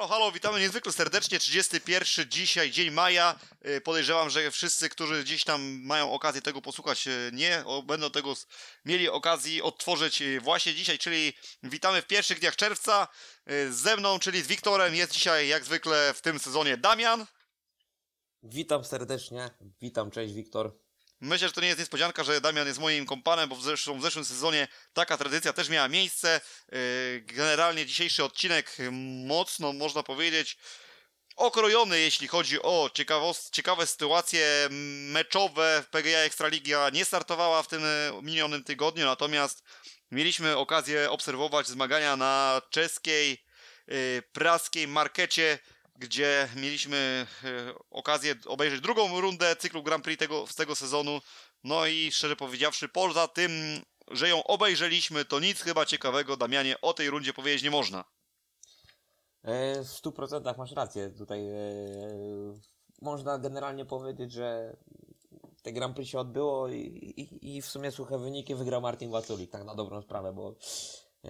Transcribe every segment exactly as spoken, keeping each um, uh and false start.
Halo, halo, witamy niezwykle serdecznie. trzydziesty pierwszy dzisiaj, dzień maja. Podejrzewam, że wszyscy, którzy gdzieś tam mają okazję tego posłuchać, nie będą tego mieli okazji odtworzyć właśnie dzisiaj, czyli witamy w pierwszych dniach czerwca. Ze mną, czyli z Wiktorem, jest dzisiaj jak zwykle w tym sezonie Damian. Witam serdecznie, witam, cześć Wiktor. Myślę, że to nie jest niespodzianka, że Damian jest moim kompanem, bo w zeszłym, w zeszłym sezonie taka tradycja też miała miejsce. Generalnie dzisiejszy odcinek mocno, można powiedzieć, okrojony, jeśli chodzi o ciekawost, ciekawe sytuacje meczowe. P G A Ekstraliga nie startowała w tym minionym tygodniu, natomiast mieliśmy okazję obserwować zmagania na czeskiej, praskiej markecie, gdzie mieliśmy okazję obejrzeć drugą rundę cyklu Grand Prix tego, z tego sezonu. No i szczerze powiedziawszy, poza tym, że ją obejrzeliśmy, to nic chyba ciekawego, Damianie, o tej rundzie powiedzieć nie można. W stu procentach masz rację. Tutaj e, można generalnie powiedzieć, że te Grand Prix się odbyło i, i, i w sumie suche wyniki wygrał Martin Waculik, tak na dobrą sprawę, bo e,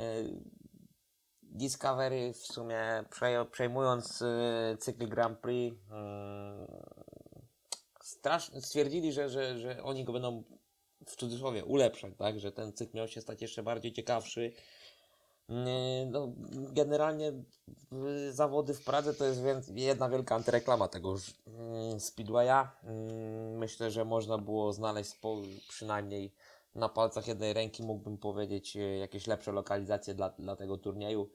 Discovery w sumie przej, przejmując e, cykl Grand Prix e, strasz, stwierdzili, że, że, że oni go będą w cudzysłowie ulepszać, tak, że ten cykl miał się stać jeszcze bardziej ciekawszy. No, generalnie zawody w Pradze to jest jedna wielka antyreklama tego Speedwaya. Myślę, że można było znaleźć przynajmniej na palcach jednej ręki, mógłbym powiedzieć, jakieś lepsze lokalizacje dla, dla tego turnieju.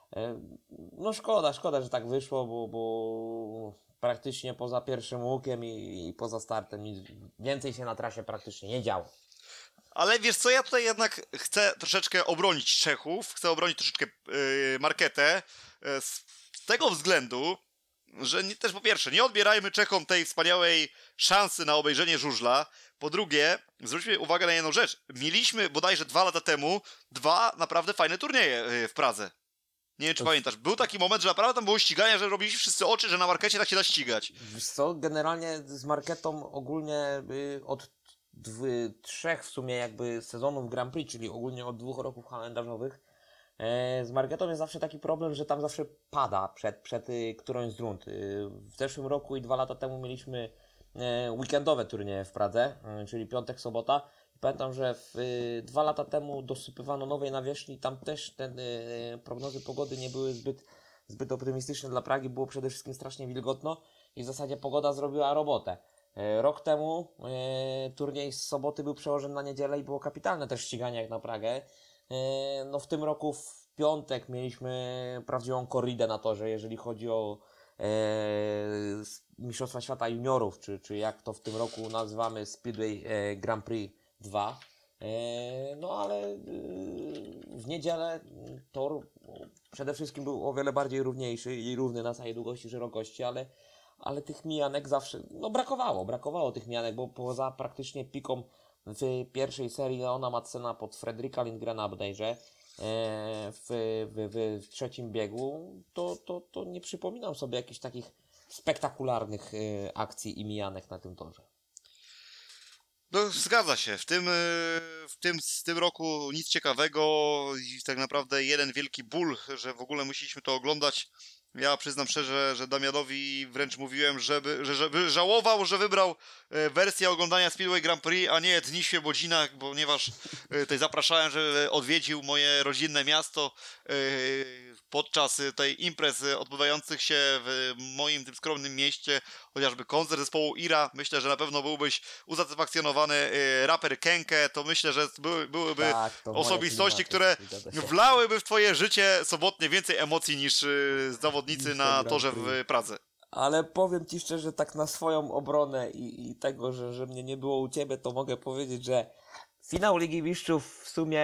No szkoda, szkoda, że tak wyszło, bo, bo praktycznie poza pierwszym łukiem i, i poza startem nic więcej się na trasie praktycznie nie działo. Ale wiesz co, ja tutaj jednak chcę troszeczkę obronić Czechów, chcę obronić troszeczkę yy, marketę yy, z tego względu, że nie, też po pierwsze, nie odbierajmy Czechom tej wspaniałej szansy na obejrzenie żużla. Po drugie, zwróćmy uwagę na jedną rzecz. Mieliśmy bodajże dwa lata temu dwa naprawdę fajne turnieje yy, w Pradze. Nie wiem, czy to... pamiętasz. Był taki moment, że naprawdę tam było ścigania, że robiliśmy wszyscy oczy, że na markecie tak się da ścigać. Wiesz co, generalnie z marketą ogólnie yy, od Dwy, trzech w sumie jakby sezonów Grand Prix, czyli ogólnie od dwóch roków kalendarzowych. E, z marketą jest zawsze taki problem, że tam zawsze pada przed, przed y, którąś z rund. Y, w zeszłym roku i dwa lata temu mieliśmy e, weekendowe turnieje w Pradze, y, czyli piątek, sobota. I pamiętam, że w, y, dwa lata temu dosypywano nowej nawierzchni, tam też te y, prognozy pogody nie były zbyt, zbyt optymistyczne dla Pragi, było przede wszystkim strasznie wilgotno i w zasadzie pogoda zrobiła robotę. Rok temu e, turniej z soboty był przełożony na niedzielę i było kapitalne też ściganie jak na Pragę. E, no w tym roku w piątek mieliśmy prawdziwą korridę na torze, jeżeli chodzi o e, Mistrzostwa Świata Juniorów, czy, czy jak to w tym roku nazywamy Speedway e, Grand Prix dwa. E, no ale e, w niedzielę tor przede wszystkim był o wiele bardziej równiejszy i równy na całej długości, szerokości, ale ale tych mijanek zawsze, no brakowało, brakowało tych mijanek, bo poza praktycznie piką w pierwszej serii Leona Madsena pod Fredrika Lindgrena bodajże, w, w, w, w trzecim biegu, to, to, to nie przypominam sobie jakichś takich spektakularnych akcji i mijanek na tym torze. No, zgadza się. W tym, w tym, w tym roku nic ciekawego i tak naprawdę jeden wielki ból, że w ogóle musieliśmy to oglądać. Ja przyznam szczerze, że Damianowi wręcz mówiłem, żeby, że, żeby żałował, że wybrał wersję oglądania Speedway Grand Prix, a nie Dni Świebodzina, ponieważ tutaj zapraszałem, żeby odwiedził moje rodzinne miasto podczas tej imprez odbywających się w moim tym skromnym mieście, chociażby koncert zespołu Ira. Myślę, że na pewno byłbyś usatysfakcjonowany. Raper Kenke, to myślę, że były, byłyby tak, osobistości, które wlałyby w twoje życie sobotnie więcej emocji niż zawodnicy na torze w Pradze. Ale powiem ci szczerze, tak na swoją obronę i, i tego, że, że mnie nie było u ciebie, to mogę powiedzieć, że finał Ligi Mistrzów w sumie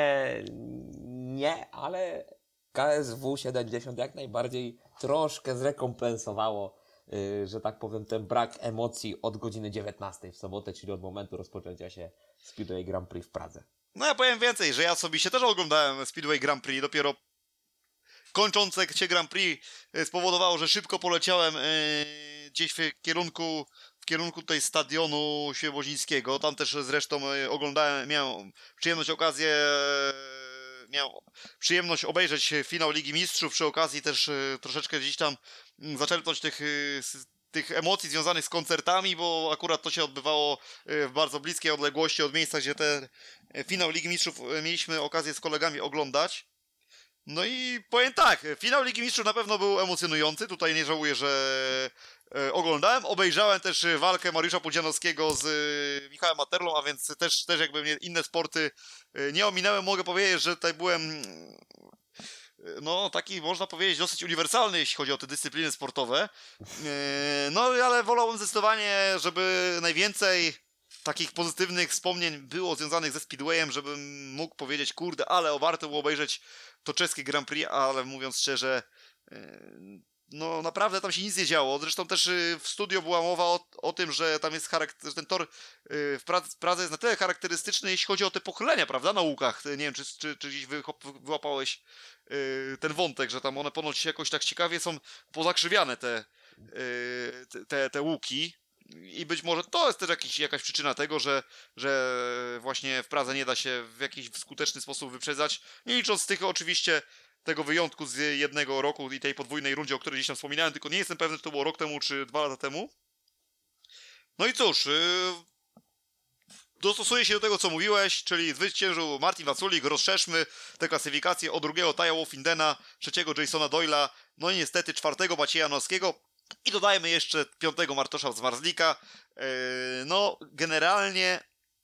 nie, ale K S W siedemdziesiąt jak najbardziej troszkę zrekompensowało, yy, że tak powiem, ten brak emocji od godziny dziewiętnastej w sobotę, czyli od momentu rozpoczęcia się Speedway Grand Prix w Pradze. No ja powiem więcej, że ja osobiście też oglądałem Speedway Grand Prix, dopiero kończące się Grand Prix spowodowało, że szybko poleciałem yy, gdzieś w kierunku w kierunku tutaj stadionu Świebodzińskiego. Tam też zresztą oglądałem, miałem przyjemność, okazję miałem przyjemność obejrzeć finał Ligi Mistrzów, przy okazji też y, troszeczkę gdzieś tam y, zaczerpnąć tych, y, s- tych emocji związanych z koncertami, bo akurat to się odbywało y, w bardzo bliskiej odległości od miejsca, gdzie ten y, finał Ligi Mistrzów y, mieliśmy okazję z kolegami oglądać. No i powiem tak, finał Ligi Mistrzów na pewno był emocjonujący, tutaj nie żałuję, że e, oglądałem. Obejrzałem też e, walkę Mariusza Pudzianowskiego z e, Michałem Materlą, a więc też, też jakby mnie inne sporty e, nie ominęłem. Mogę powiedzieć, że tutaj byłem mm, e, no taki można powiedzieć dosyć uniwersalny, jeśli chodzi o te dyscypliny sportowe. E, no ale wolałbym zdecydowanie, żeby najwięcej takich pozytywnych wspomnień było związanych ze Speedwayem, żebym mógł powiedzieć, kurde, ale warto było obejrzeć to czeskie Grand Prix, ale mówiąc szczerze, yy, no naprawdę tam się nic nie działo. Zresztą też yy, w studio była mowa o, o tym, że tam jest charakter, że ten tor yy, w Pradze, w Pradze jest na tyle charakterystyczny, jeśli chodzi o te pochylenia, prawda, na łukach. Nie wiem, czy, czy, czy gdzieś wychop- wyłapałeś yy, ten wątek, że tam one ponoć jakoś tak ciekawie są pozakrzywiane, te, yy, te, te, te łuki. I być może to jest też jakiś, jakaś przyczyna tego, że, że właśnie w Pradze nie da się w jakiś skuteczny sposób wyprzedzać. Nie licząc tych oczywiście tego wyjątku z jednego roku i tej podwójnej rundzie, o której gdzieś tam wspominałem, tylko nie jestem pewny, czy to było rok temu, czy dwa lata temu. No i cóż, yy, dostosuję się do tego, co mówiłeś, czyli zwyciężył Martin Waculik, rozszerzmy tę klasyfikację o drugiego Taja Wolfindena, trzeciego Jasona Doyla, no i niestety czwartego Macieja Nowskiego. I dodajmy jeszcze piątego Martosza Zmarzlika. Yy, no, generalnie,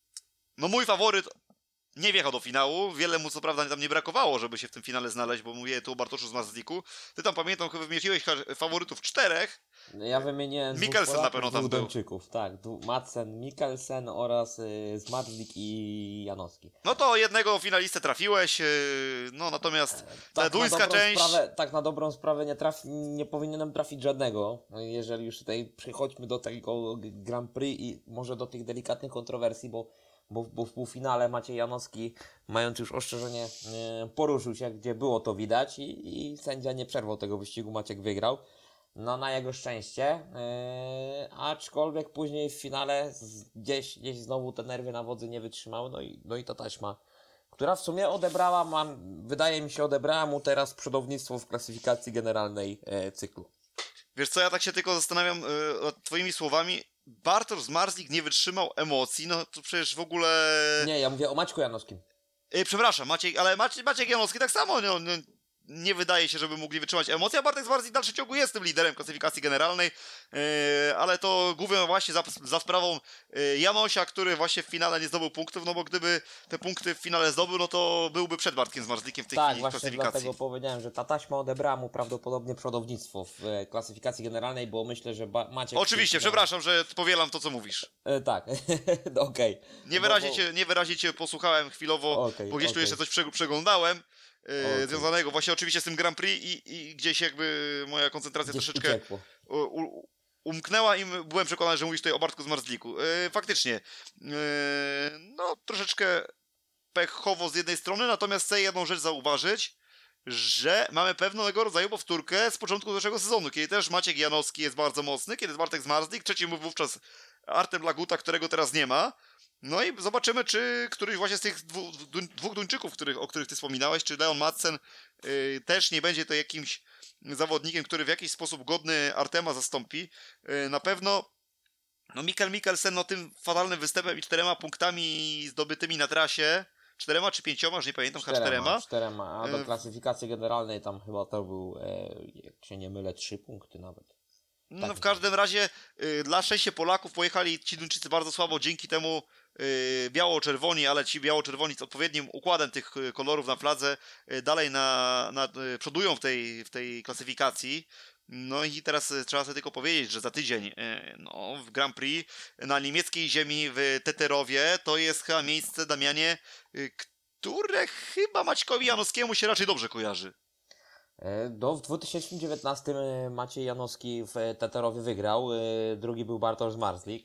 no mój faworyt nie wjechał do finału. Wiele mu co prawda tam nie brakowało, żeby się w tym finale znaleźć, bo mówię tu o Bartoszu Zmarzliku. Ty tam pamiętam, chyba wymieniłeś faworytów czterech. Ja wymieniłem dwóch Mikkelsen Polaków, na pewno tam dwóch był. Duńczyków, tak. dwu- Madsen, Mikkelsen oraz y, Zmarzlik i Janowski. No to jednego finalistę trafiłeś, yy, no natomiast ta Tak na, duńska dobrą część... sprawę, tak na dobrą sprawę nie, trafi, nie powinienem trafić żadnego. No i jeżeli już tutaj przechodźmy do tego Grand Prix i może do tych delikatnych kontrowersji, bo, bo, bo w półfinale Maciej Janowski, mając już ostrzeżenie, e, poruszył się, gdzie było to widać i, i sędzia nie przerwał tego wyścigu, Maciek wygrał. No na jego szczęście, yy, aczkolwiek później w finale z, gdzieś, gdzieś znowu te nerwy na wodzy nie wytrzymały, no i, no i ta taśma, która w sumie odebrała, mam, wydaje mi się, odebrała mu teraz przodownictwo w klasyfikacji generalnej e, cyklu. Wiesz co, ja tak się tylko zastanawiam yy, nad twoimi słowami. Bartosz Zmarzlik nie wytrzymał emocji, no to przecież w ogóle... Nie, ja mówię o Maćku Janowskim. Yy, przepraszam, Maciej, ale Maciej, Maciek Janowski tak samo no, no, nie wydaje się, żeby mogli wytrzymać emocji, a Bartek Zmarzlik w dalszym ciągu jest tym liderem klasyfikacji generalnej, yy, ale to głównie właśnie za, za sprawą yy, Janosia, który właśnie w finale nie zdobył punktów, no bo gdyby te punkty w finale zdobył, no to byłby przed Bartkiem Zmarzlikiem w tej Tak, chwili w właśnie klasyfikacji. dlatego powiedziałem, że ta taśma odebrała mu prawdopodobnie przodownictwo w e, klasyfikacji generalnej, bo myślę, że ba- Maciek... Oczywiście, finale- przepraszam, że powielam to, co mówisz. E, tak, okej. Nie Bo- wyraźnie bo- cię, nie wyraźnie cię posłuchałem chwilowo, Okej, bo gdzieś tu okej. jeszcze coś prze, przeglądałem, yy, Okej. związanego właśnie oczywiście z tym Grand Prix i, i gdzieś jakby moja koncentracja Gdzieś troszeczkę uciekło. u, u, umknęła i byłem przekonany, że mówisz tutaj o Bartku Zmarzliku. Yy, faktycznie, yy, no troszeczkę pechowo z jednej strony, natomiast chcę jedną rzecz zauważyć, że mamy pewnego rodzaju powtórkę z początku naszego sezonu, kiedy też Maciek Janowski jest bardzo mocny, kiedy jest Bartek Zmarzlik, trzeci był wówczas Artem Laguta, którego teraz nie ma. No i zobaczymy, czy któryś właśnie z tych dwu, du, dwóch Duńczyków, których, o których ty wspominałeś, czy Leon Madsen yy, też nie będzie to jakimś zawodnikiem, który w jakiś sposób godny Artema zastąpi. Yy, na pewno no Mikkel Mikkelsen no tym fatalnym występem i czterema punktami zdobytymi na trasie, czterema czy pięcioma, już nie pamiętam, chyba czterema. czterema, a E, do klasyfikacji generalnej tam chyba to był, e, jak się nie mylę, trzy punkty nawet. No Tak. w każdym razie y, dla sześciu Polaków pojechali ci Duńczycy bardzo słabo, dzięki temu y, biało-czerwoni, ale ci biało-czerwoni z odpowiednim układem tych y, kolorów na fladze y, dalej na, na, y, przodują w tej, w tej klasyfikacji. No i teraz y, trzeba sobie tylko powiedzieć, że za tydzień y, no, w Grand Prix na niemieckiej ziemi w Teterowie to jest chyba miejsce, Damianie, y, które chyba Maćkowi Janowskiemu się raczej dobrze kojarzy. E, Do, w dwa tysiące dziewiętnastym e, Maciej Janowski w e, Teterowie wygrał, e, drugi był Bartosz Zmarzlik. E,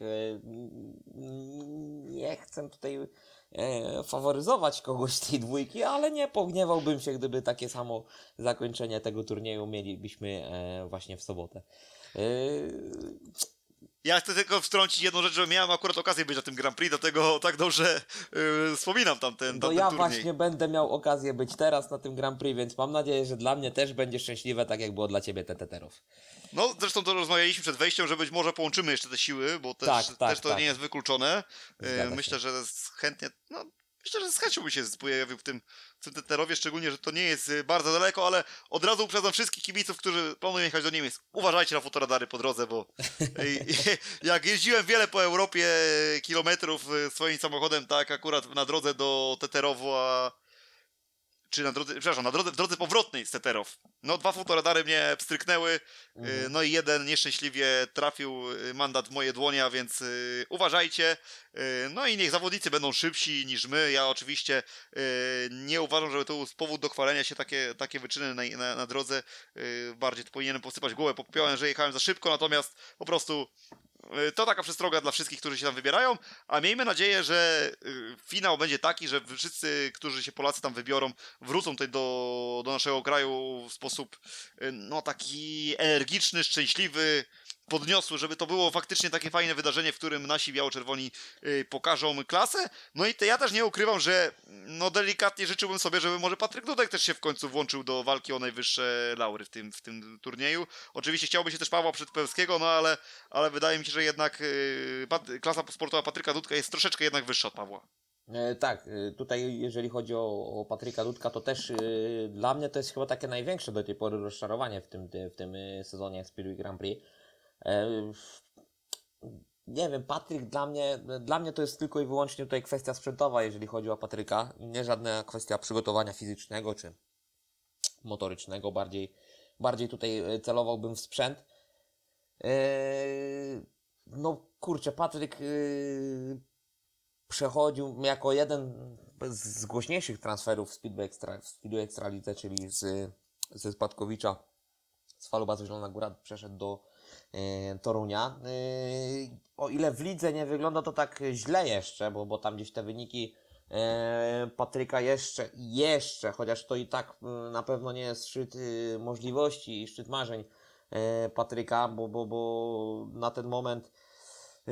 mm, Nie chcę tutaj e, faworyzować kogoś z tej dwójki, ale nie pogniewałbym się, gdyby takie samo zakończenie tego turnieju mielibyśmy e, właśnie w sobotę. E, Ja chcę tylko wtrącić jedną rzecz, że miałem akurat okazję być na tym Grand Prix, dlatego tak dobrze yy, wspominam tamten, To tamten ja turniej. właśnie będę miał okazję być teraz na tym Grand Prix, więc mam nadzieję, że dla mnie też będzie szczęśliwe, tak jak było dla ciebie te teterów. No, zresztą to rozmawialiśmy przed wejściem, że być może połączymy jeszcze te siły, bo też, Tak, tak, też to tak. nie jest wykluczone. Yy, Zgadza się. myślę, że z- chętnie, no, myślę, że z chęcią by się pojawił w tym, w tym Teterowie, szczególnie, że to nie jest yy, bardzo daleko, ale od razu uprzedzam wszystkich kibiców, którzy planują jechać do Niemiec. Uważajcie na fotoradary po drodze, bo yy, jak jeździłem wiele po Europie yy, kilometrów yy, swoim samochodem, tak akurat na drodze do Teterowa, czy na drodze, przepraszam, na drodze, w drodze powrotnej z Teterow. No, dwa fotoradary mnie pstryknęły, Mhm. y, no i jeden nieszczęśliwie trafił y, mandat w moje dłonie, a więc y, uważajcie. Y, no i niech zawodnicy będą szybsi niż my. Ja oczywiście y, nie uważam, żeby to był powód do chwalenia się takie, takie wyczyny na, na, na drodze. Y, bardziej to powinienem posypać głowę popiołem, że jechałem za szybko, natomiast po prostu y, to taka przestroga dla wszystkich, którzy się tam wybierają, a miejmy nadzieję, że y, finał będzie taki, że wszyscy, którzy się Polacy tam wybiorą, wrócą tutaj do, do naszego kraju w sposób y, no taki energiczny, szczęśliwy, podniosły, żeby to było faktycznie takie fajne wydarzenie, w którym nasi biało-czerwoni y, pokażą klasę. No i te, ja też nie ukrywam, że no delikatnie życzyłbym sobie, żeby może Patryk Dudek też się w końcu włączył do walki o najwyższe laury w tym, w tym turnieju. Oczywiście chciałby się też Pawła Przytypełskiego, no ale, ale wydaje mi się, że jednak y, pat, klasa sportowa Patryka Dudka jest troszeczkę jednak wyższa od Pawła. E, tak, e, tutaj jeżeli chodzi o, o Patryka Dudka, to też e, dla mnie to jest chyba takie największe do tej pory rozczarowanie w tym, w tym e, sezonie Speedway Grand Prix. E, nie wiem, Patryk dla mnie, dla mnie to jest tylko i wyłącznie tutaj kwestia sprzętowa, jeżeli chodzi o Patryka, nie żadna kwestia przygotowania fizycznego czy motorycznego, bardziej, bardziej tutaj e, celowałbym w sprzęt. E, no kurczę, Patryk e, przechodził jako jeden z głośniejszych transferów w Speedway Extra, w Speedway Ekstralidze, czyli z, ze Spadkowicza, z Falubazu Zielona Góra przeszedł do e, Torunia. E, o ile w lidze nie wygląda to tak źle jeszcze, bo, bo tam gdzieś te wyniki e, Patryka jeszcze, jeszcze, chociaż to i tak e, na pewno nie jest szczyt e, możliwości i szczyt marzeń e, Patryka, bo, bo, bo na ten moment e,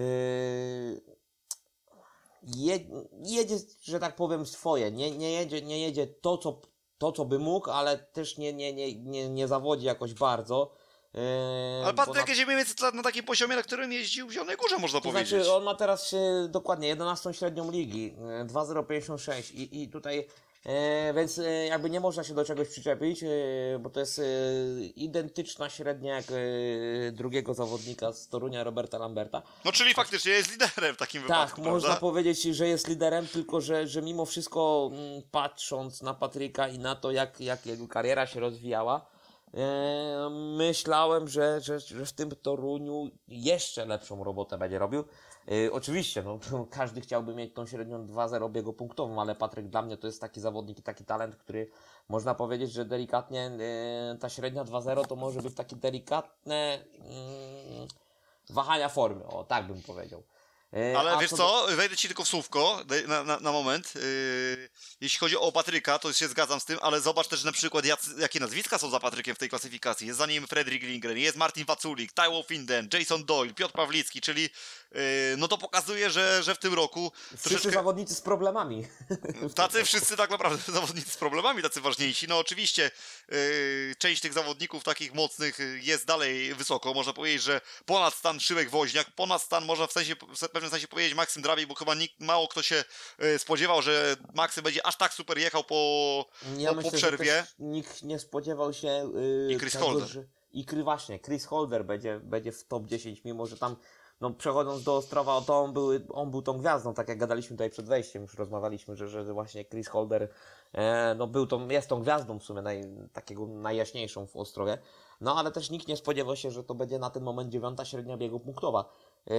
Je, jedzie, że tak powiem, swoje. Nie, nie, jedzie, nie jedzie to co, to, co by mógł, ale też nie, nie, nie, nie, nie zawodzi jakoś bardzo. Yy, Ale bo Patryk na, jedzie mniej więcej na takim poziomie, na którym jeździł w Zielonej Górze, można to powiedzieć. znaczy, on ma teraz yy, dokładnie jedenastą średnią ligi, yy, dwa zero pięćdziesiąt sześć i, i tutaj, yy, więc yy, jakby nie można się do czegoś przyczepić, yy, bo to jest yy, identyczna średnia jak yy, drugiego zawodnika z Torunia, Roberta Lamberta. No czyli faktycznie jest liderem w takim Tak, wypadku, można prawda? powiedzieć, że jest liderem, tylko że, że mimo wszystko mm, patrząc na Patryka i na to, jak, jak jego kariera się rozwijała, e, myślałem, że, że, że w tym Toruniu jeszcze lepszą robotę będzie robił. E, oczywiście, no, każdy chciałby mieć tą średnią dwa zero biegu punktową, ale Patryk dla mnie to jest taki zawodnik i taki talent, który można powiedzieć, że delikatnie e, ta średnia dwa zero to może być takie delikatne mm, wahania formy, o tak bym powiedział. E, Ale a wiesz co co, wejdę ci tylko w słówko daj- na, na, na moment. Yy, jeśli chodzi o Patryka, to się zgadzam z tym, ale zobacz też na przykład, jak, jakie nazwiska są za Patrykiem w tej klasyfikacji. Jest za nim Fredrik Lindgren, jest Martin Waculik, Taiwo Finden, Jason Doyle, Piotr Pawlicki, czyli yy, no to pokazuje, że, że w tym roku Wszyscy troszeczkę... zawodnicy z problemami. Tacy wszyscy tak naprawdę zawodnicy z problemami, tacy ważniejsi. No oczywiście yy, część tych zawodników takich mocnych yy, jest dalej wysoko. Można powiedzieć, że ponad stan Szyłek Woźniak, ponad stan można w, sensie, w pewnym sensie powiedzieć Maksym Drabik, bo chyba nikt, mało kto się yy, spodziewał, że Maksym będzie aż tak super jechał po, Ja po, myślę, po że przerwie. też nikt nie spodziewał się yy, I Chris tego, Holder. że... I Chris, właśnie, Chris Holder będzie, będzie w top dziesięć, mimo że tam, no przechodząc do Ostrowa, to on był, on był tą gwiazdą, tak jak gadaliśmy tutaj przed wejściem, już rozmawialiśmy, że, że właśnie Chris Holder e, no był tą, jest tą gwiazdą w sumie naj, takiego najjaśniejszą w Ostrowie, no ale też nikt nie spodziewał się, że to będzie na ten moment dziewiąta średnia biegu punktowa. Yy,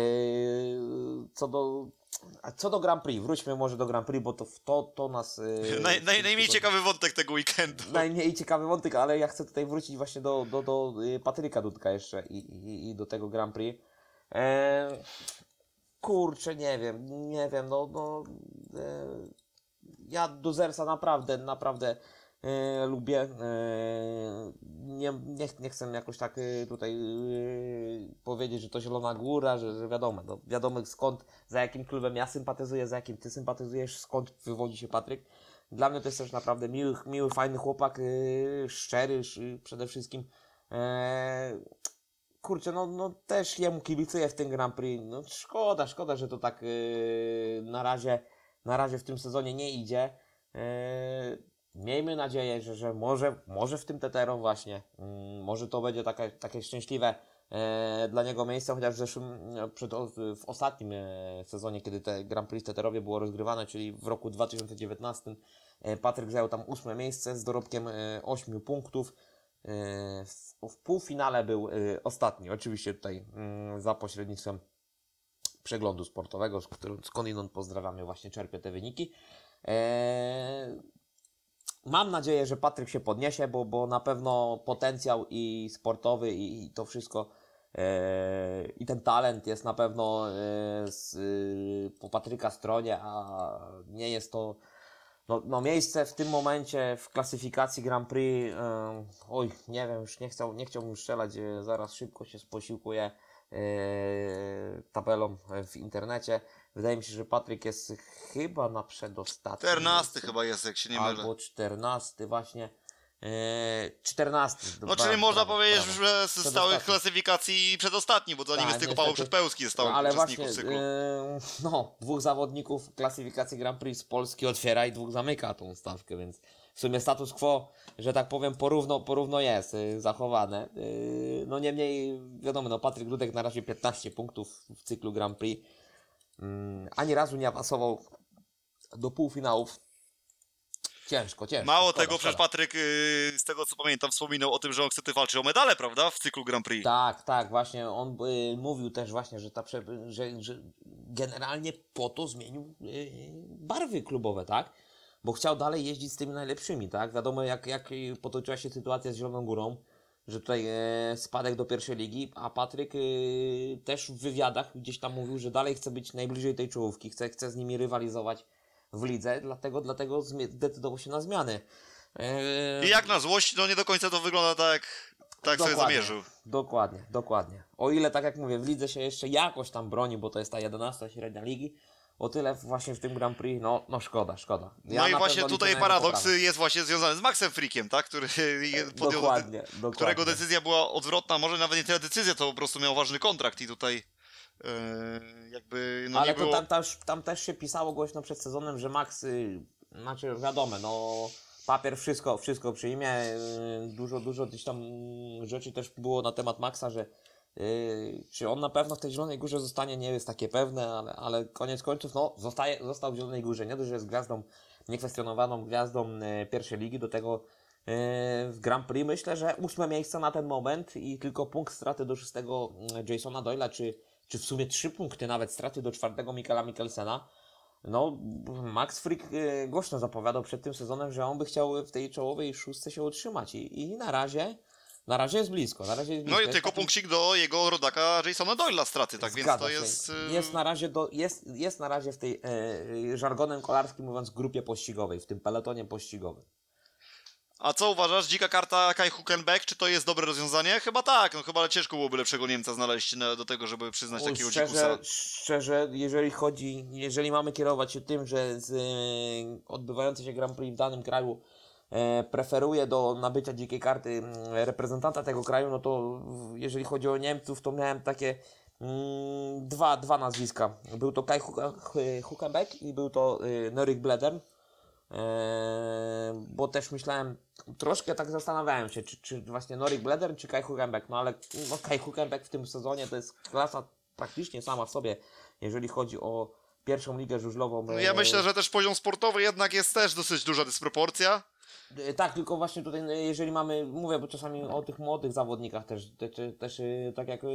co do a co do Grand Prix, wróćmy może do Grand Prix, bo to to, to nas... Yy, Naj, naj, najmniej ciekawy wątek tego weekendu. Najmniej ciekawy wątek, ale ja chcę tutaj wrócić właśnie do, do, do y, Patryka Dudka jeszcze i, i, i do tego Grand Prix. Eee, kurczę, nie wiem, nie wiem, no, no e, ja do Zersa naprawdę, naprawdę e, lubię. E, nie, nie, nie chcę jakoś tak e, tutaj e, powiedzieć, że to Zielona Góra, że, że wiadomo, no, wiadomo skąd, za jakim klubem ja sympatyzuję, za jakim ty sympatyzujesz, skąd wywodzi się Patryk. Dla mnie to jest też naprawdę miły, miły fajny chłopak, e, szczery e, przede wszystkim. E, kurczę, no, no też jemu kibicuję w tym Grand Prix. No szkoda, szkoda, że to tak e, na razie, na razie w tym sezonie nie idzie. E, Miejmy nadzieję, że, że może, może w tym Tetero właśnie, mm, może to będzie takie, takie szczęśliwe e, dla niego miejsce, chociaż w zeszłym, e, przed, o- w ostatnim e, sezonie, kiedy te Grand Prix Teterowie było rozgrywane, czyli w roku dwa tysiące dziewiętnastym, e, Patryk zajął tam ósme miejsce z dorobkiem e, ośmiu punktów. E, w, w półfinale był e, ostatni, oczywiście tutaj mm, za pośrednictwem przeglądu sportowego, z którym skądinąd pozdrawiamy, właśnie czerpię te wyniki. E, Mam nadzieję, że Patryk się podniesie, bo, bo na pewno potencjał i sportowy i, i to wszystko e, i ten talent jest na pewno e, z, e, po Patryka stronie, a nie jest to no, no miejsce w tym momencie w klasyfikacji Grand Prix. E, oj, nie wiem, już nie, chciał, nie chciałbym strzelać, e, zaraz szybko się sposiłkuję e, tabelą w internecie. Wydaje mi się, że Patryk jest chyba na przedostatnim czternasty miejscu. chyba jest, jak się nie mylę. Albo czternasty właśnie. Eee, czternasty. No czyli można brawo, powiedzieć, brawo. że z stałych Przedostatni. klasyfikacji przedostatni, bo za nim Tak, jest tylko niestety. Paweł Przedpełski ze stałych No, ale uczestników właśnie, cyklu. eee, no, dwóch zawodników klasyfikacji Grand Prix z Polski otwiera i dwóch zamyka tą stawkę, więc w sumie status quo, że tak powiem, porówno, porówno jest yy, zachowane. Yy, no niemniej, wiadomo, no Patryk Dudek na razie piętnaście punktów w cyklu Grand Prix. Yy, ani razu nie awansował do półfinałów. Ciężko, ciężko. Mało szkoda, tego, przecież szkoda. Patryk, yy, z tego co pamiętam, wspominał o tym, że on chce walczyć o medale, prawda? W cyklu Grand Prix. Tak, tak, właśnie on y, mówił też właśnie, że, ta prze, że, że generalnie po to zmienił y, barwy klubowe, tak? Bo chciał dalej jeździć z tymi najlepszymi, tak? Wiadomo jak, jak potoczyła się sytuacja z Zieloną Górą, że tutaj e, spadek do pierwszej ligi, a Patryk y, też w wywiadach gdzieś tam mówił, że dalej chce być najbliżej tej czołówki, chce, chce z nimi rywalizować w lidze, dlatego, dlatego zmie- zdecydował się na zmiany. E, I jak na złość, no nie do końca to wygląda tak, tak sobie Dokładnie, zamierzył. Dokładnie, dokładnie. O ile, tak jak mówię, w lidze się jeszcze jakoś tam broni, bo to jest ta jedenasta średnia ligi, o tyle właśnie w tym Grand Prix, no, no szkoda, szkoda. Ja No i na właśnie pewno tutaj liczę na jego paradoks poprawę. jest właśnie związany z Maxem Freakiem, tak? Który podjął, Dokładnie, dokładnie. którego decyzja była odwrotna, może nawet nie tyle decyzja, to po prostu miał ważny kontrakt i tutaj yy, jakby no Ale nie to było... tam, też, tam też się pisało głośno przed sezonem, że Max, y, znaczy wiadomo, no papier wszystko, wszystko przyjmie, y, dużo, dużo gdzieś tam y, rzeczy też było na temat Maxa, że y, czy on na pewno w tej Zielonej Górze zostanie, nie jest takie pewne, ale, ale koniec końców, no zostaje, został w Zielonej Górze, nie dość, że jest gwiazdą, niekwestionowaną gwiazdą y, pierwszej ligi, do tego y, w Grand Prix myślę, że ósme miejsce na ten moment i tylko punkt straty do szóstego y, Jasona Doyle'a, czy czy w sumie trzy punkty nawet straty do czwartego Michaela Mikkelsena. No, Max Frick e, głośno zapowiadał przed tym sezonem, że on by chciał w tej czołowej szóstce się utrzymać i, i na razie, na razie jest blisko, na razie jest No blisko. i Jest tylko taki- punkcik do jego rodaka Jasona Doyle'a straty, tak więc Zgadza to się. jest... yy, Jest na razie, do, jest, jest na razie w tej e, żargonem kolarskim mówiąc grupie pościgowej, w tym peletonie pościgowym. A co uważasz, dzika karta Kai Huckenbeck, czy to jest dobre rozwiązanie? Chyba tak, no chyba ciężko byłoby lepszego Niemca znaleźć na, do tego, żeby przyznać Oj, takiego szczerze, dzikusa. szczerze, jeżeli chodzi, jeżeli mamy kierować się tym, że z, e, odbywający się Grand Prix w danym kraju e, preferuje do nabycia dzikiej karty mm, reprezentanta tego kraju, no to w- jeżeli chodzi o Niemców, to miałem takie mm, dwa, dwa nazwiska. Był to Kai Hucke- Hu- Huckenbeck i był to e, Norik Bledern. Eee, bo też myślałem, troszkę tak zastanawiałem się, czy, czy właśnie Norik Bledern, czy Kai Huckenbeck, no ale no, Kai Huckenbeck w tym sezonie to jest klasa praktycznie sama w sobie, jeżeli chodzi o pierwszą ligę żużlową. No ja myślę, że też poziom sportowy jednak jest też dosyć duża dysproporcja. E, Tak, tylko właśnie tutaj, e, jeżeli mamy, mówię, bo czasami o tych młodych zawodnikach też, te, te, też e, tak jak e,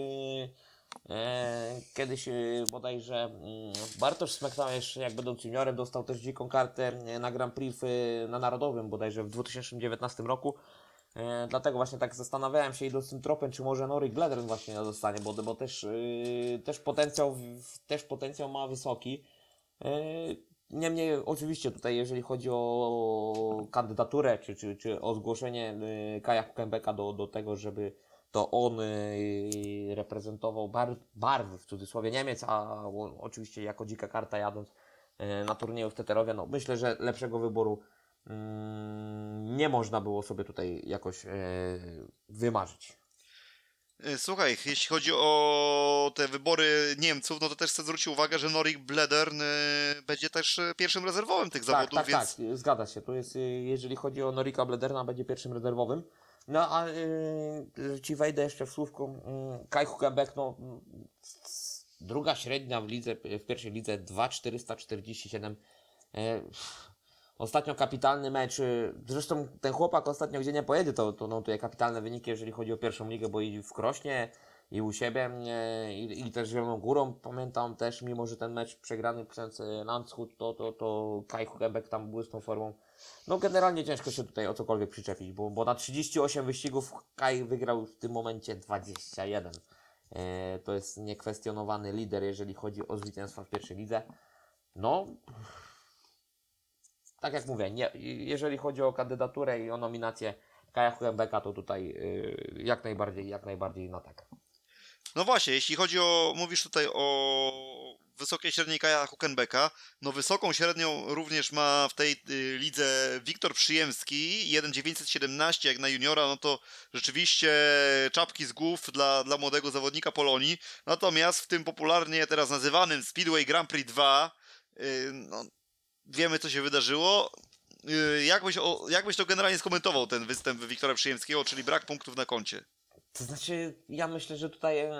e, kiedyś e, bodajże mm, Bartosz Smektałeś, jak będąc juniorem, dostał też dziką kartę e, na Grand Prix w, e, na Narodowym bodajże w dwa tysiące dziewiętnastym roku. E, dlatego właśnie tak zastanawiałem się idąc tym tropem, czy może Norik Bledern właśnie nie dostanie, bo, bo też, e, też, potencjał, w- też potencjał ma wysoki. E, Niemniej oczywiście tutaj jeżeli chodzi o kandydaturę, czy, czy, czy o zgłoszenie y, Kaja Hülkenberga do, do tego, żeby to on y, reprezentował bar, barwy w cudzysłowie Niemiec, a o, oczywiście jako dzika karta jadąc y, na turnieju w Teterowie, no myślę, że lepszego wyboru y, nie można było sobie tutaj jakoś y, wymarzyć. Słuchaj, jeśli chodzi o te wybory Niemców, no to też chcę zwrócić uwagę, że Norik Bledern y, będzie też y, pierwszym rezerwowym tych Tak, zawodów, tak, więc... tak, zgadza się. Tu jest, y, jeżeli chodzi o Norika Blederna, będzie pierwszym rezerwowym. No a yy, ci wejdę jeszcze w słówko. Yy, Kai Hülkenberg, no yy, druga średnia w lidze, w pierwszej lidze dwa tysiące czterysta czterdzieści siedem. Yy, ostatnio kapitalny mecz. Yy, zresztą ten chłopak ostatnio gdzie nie pojedzie, to, to notuje kapitalne wyniki, jeżeli chodzi o pierwszą ligę, bo i w Krośnie, i u siebie, yy, i, i też Zieloną Górą. Pamiętam też, mimo że ten mecz przegrany przez yy, Landshut, to, to, to Kai Hülkenberg tam był z tą formą. No generalnie ciężko się tutaj o cokolwiek przyczepić, bo, bo na trzydzieści osiem wyścigów Kai wygrał w tym momencie dwadzieścia jeden. E, to jest niekwestionowany lider, jeżeli chodzi o zwycięstwa w pierwszej lidze. No, tak jak mówię, nie, jeżeli chodzi o kandydaturę i o nominację Kaja Hülkenberga, to tutaj y, jak najbardziej, jak najbardziej na tak. No właśnie, jeśli chodzi o, mówisz tutaj o wysokiej średniej Kaja Hülkenberga, no wysoką średnią również ma w tej y, lidze Wiktor Przyjemski, jeden tysiąc dziewięćset siedemnaście jak na juniora, no to rzeczywiście czapki z głów dla, dla młodego zawodnika Polonii, natomiast w tym popularnie teraz nazywanym Speedway Grand Prix dwa, y, no wiemy co się wydarzyło. Y, jak byś, o, jak byś to generalnie skomentował, ten występ Wiktora Przyjemskiego, czyli brak punktów na koncie? To znaczy, ja myślę, że tutaj e,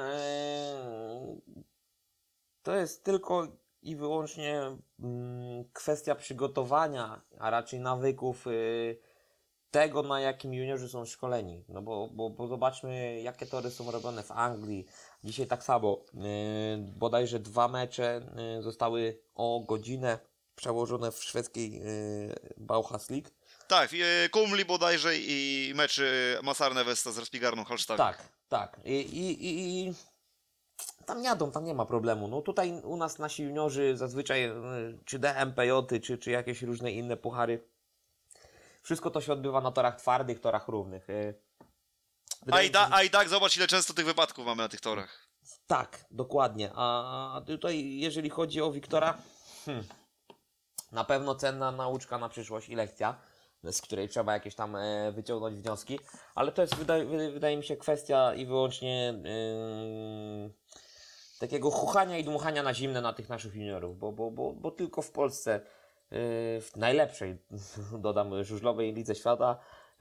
to jest tylko i wyłącznie mm, kwestia przygotowania, a raczej nawyków y, tego, na jakim juniorzy są szkoleni. No bo, bo, bo zobaczmy, jakie tory są robione w Anglii. Dzisiaj tak samo. Y, bodajże dwa mecze y, zostały o godzinę przełożone w szwedzkiej y, Bauhaus League. Tak, y, Kumli bodajże i mecz y, Masarne Vesta z Respigarną Hallstatt. Tak, tak. I, i, i, i tam jadą, tam nie ma problemu. No tutaj u nas nasi juniorzy zazwyczaj, y, czy D M P J, czy, czy jakieś różne inne puchary, wszystko to się odbywa na torach twardych, torach równych. Y, A wydaje i, mi się, da, że- a i tak zobacz ile często tych wypadków mamy na tych torach. Tak, dokładnie. A tutaj, jeżeli chodzi o Wiktora, hmm, na pewno cenna nauczka na przyszłość i lekcja, z której trzeba jakieś tam e, wyciągnąć wnioski, ale to jest, wydaje, wy- wydaje mi się, kwestia i wyłącznie yy, takiego chuchania i dmuchania na zimne na tych naszych juniorów, bo, bo, bo, bo tylko w Polsce, yy, w najlepszej, dodam, żużlowej lidze świata,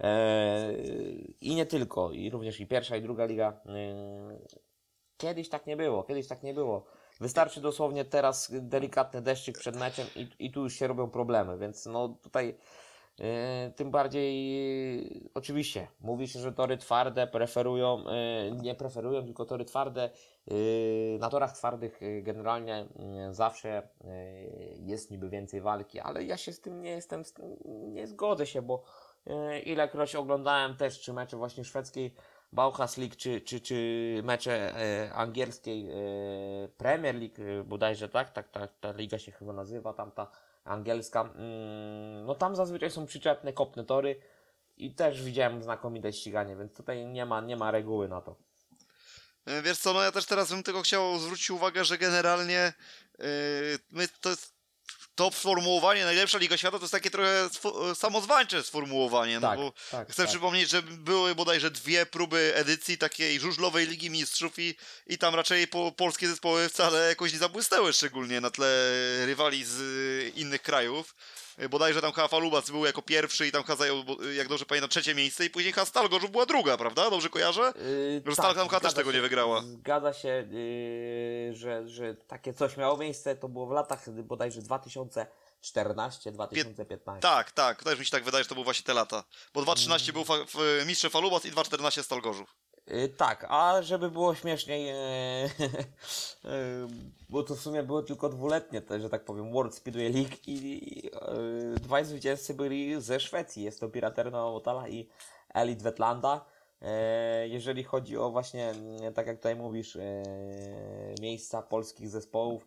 yy, i nie tylko, i również i pierwsza, i druga liga, yy, kiedyś tak nie było, kiedyś tak nie było. Wystarczy dosłownie teraz delikatny deszczyk przed meczem i, i tu już się robią problemy, więc no tutaj e, tym bardziej e, oczywiście mówi się, że tory twarde preferują, e, nie preferują, tylko tory twarde. E, na torach twardych e, generalnie e, zawsze e, jest niby więcej walki, ale ja się z tym nie jestem, z tym nie zgodzę się, bo e, ilekroć oglądałem też czy mecze właśnie szwedzkiej Bauhaus League, czy, czy, czy mecze e, angielskiej e, Premier League, e, bodajże tak, tak, tak, ta liga się chyba nazywa, tamta angielska, mm, no tam zazwyczaj są przyczepne, kopne tory i też widziałem znakomite ściganie, więc tutaj nie ma, nie ma reguły na to. Y, Wiesz co, no ja też teraz bym tylko chciał zwrócić uwagę, że generalnie yy, my to jest to sformułowanie najlepsza Liga Świata to jest takie trochę sfo- samozwańcze sformułowanie, no Tak, bo tak, chcę tak. przypomnieć, że były bodajże dwie próby edycji takiej żużlowej Ligi Mistrzów i, i tam raczej po, polskie zespoły wcale jakoś nie zabłysnęły, szczególnie na tle rywali z y, innych krajów. Y, Bodajże tam chyba Falubac był jako pierwszy i tam chyba zajął, bo- jak dobrze pamiętam, trzecie miejsce i później chyba Stal Gorzów była druga, prawda? Dobrze kojarzę? Yy, Że Stal tam chyba też zgadza tego się, nie wygrała. Zgadza się, yy, że, że takie coś miało miejsce, to było w latach bodajże dwa tysiące czternaście dwa tysiące piętnaście. Tak, tak, też mi się tak wydaje, że to były właśnie te lata. Bo dwa trzynaście był fa- w mistrzem Falubac i dwa czternaście Stal Gorzów. Yy, tak, a żeby było śmieszniej, yy, yy, bo to w sumie było tylko dwuletnie, te, że tak powiem, World Speedway League i yy, dwaj zwycięzcy byli ze Szwecji. Jest to Piraterna Otala i Elite Vetlanda. Yy, jeżeli chodzi o właśnie, yy, tak jak tutaj mówisz, yy, miejsca polskich zespołów,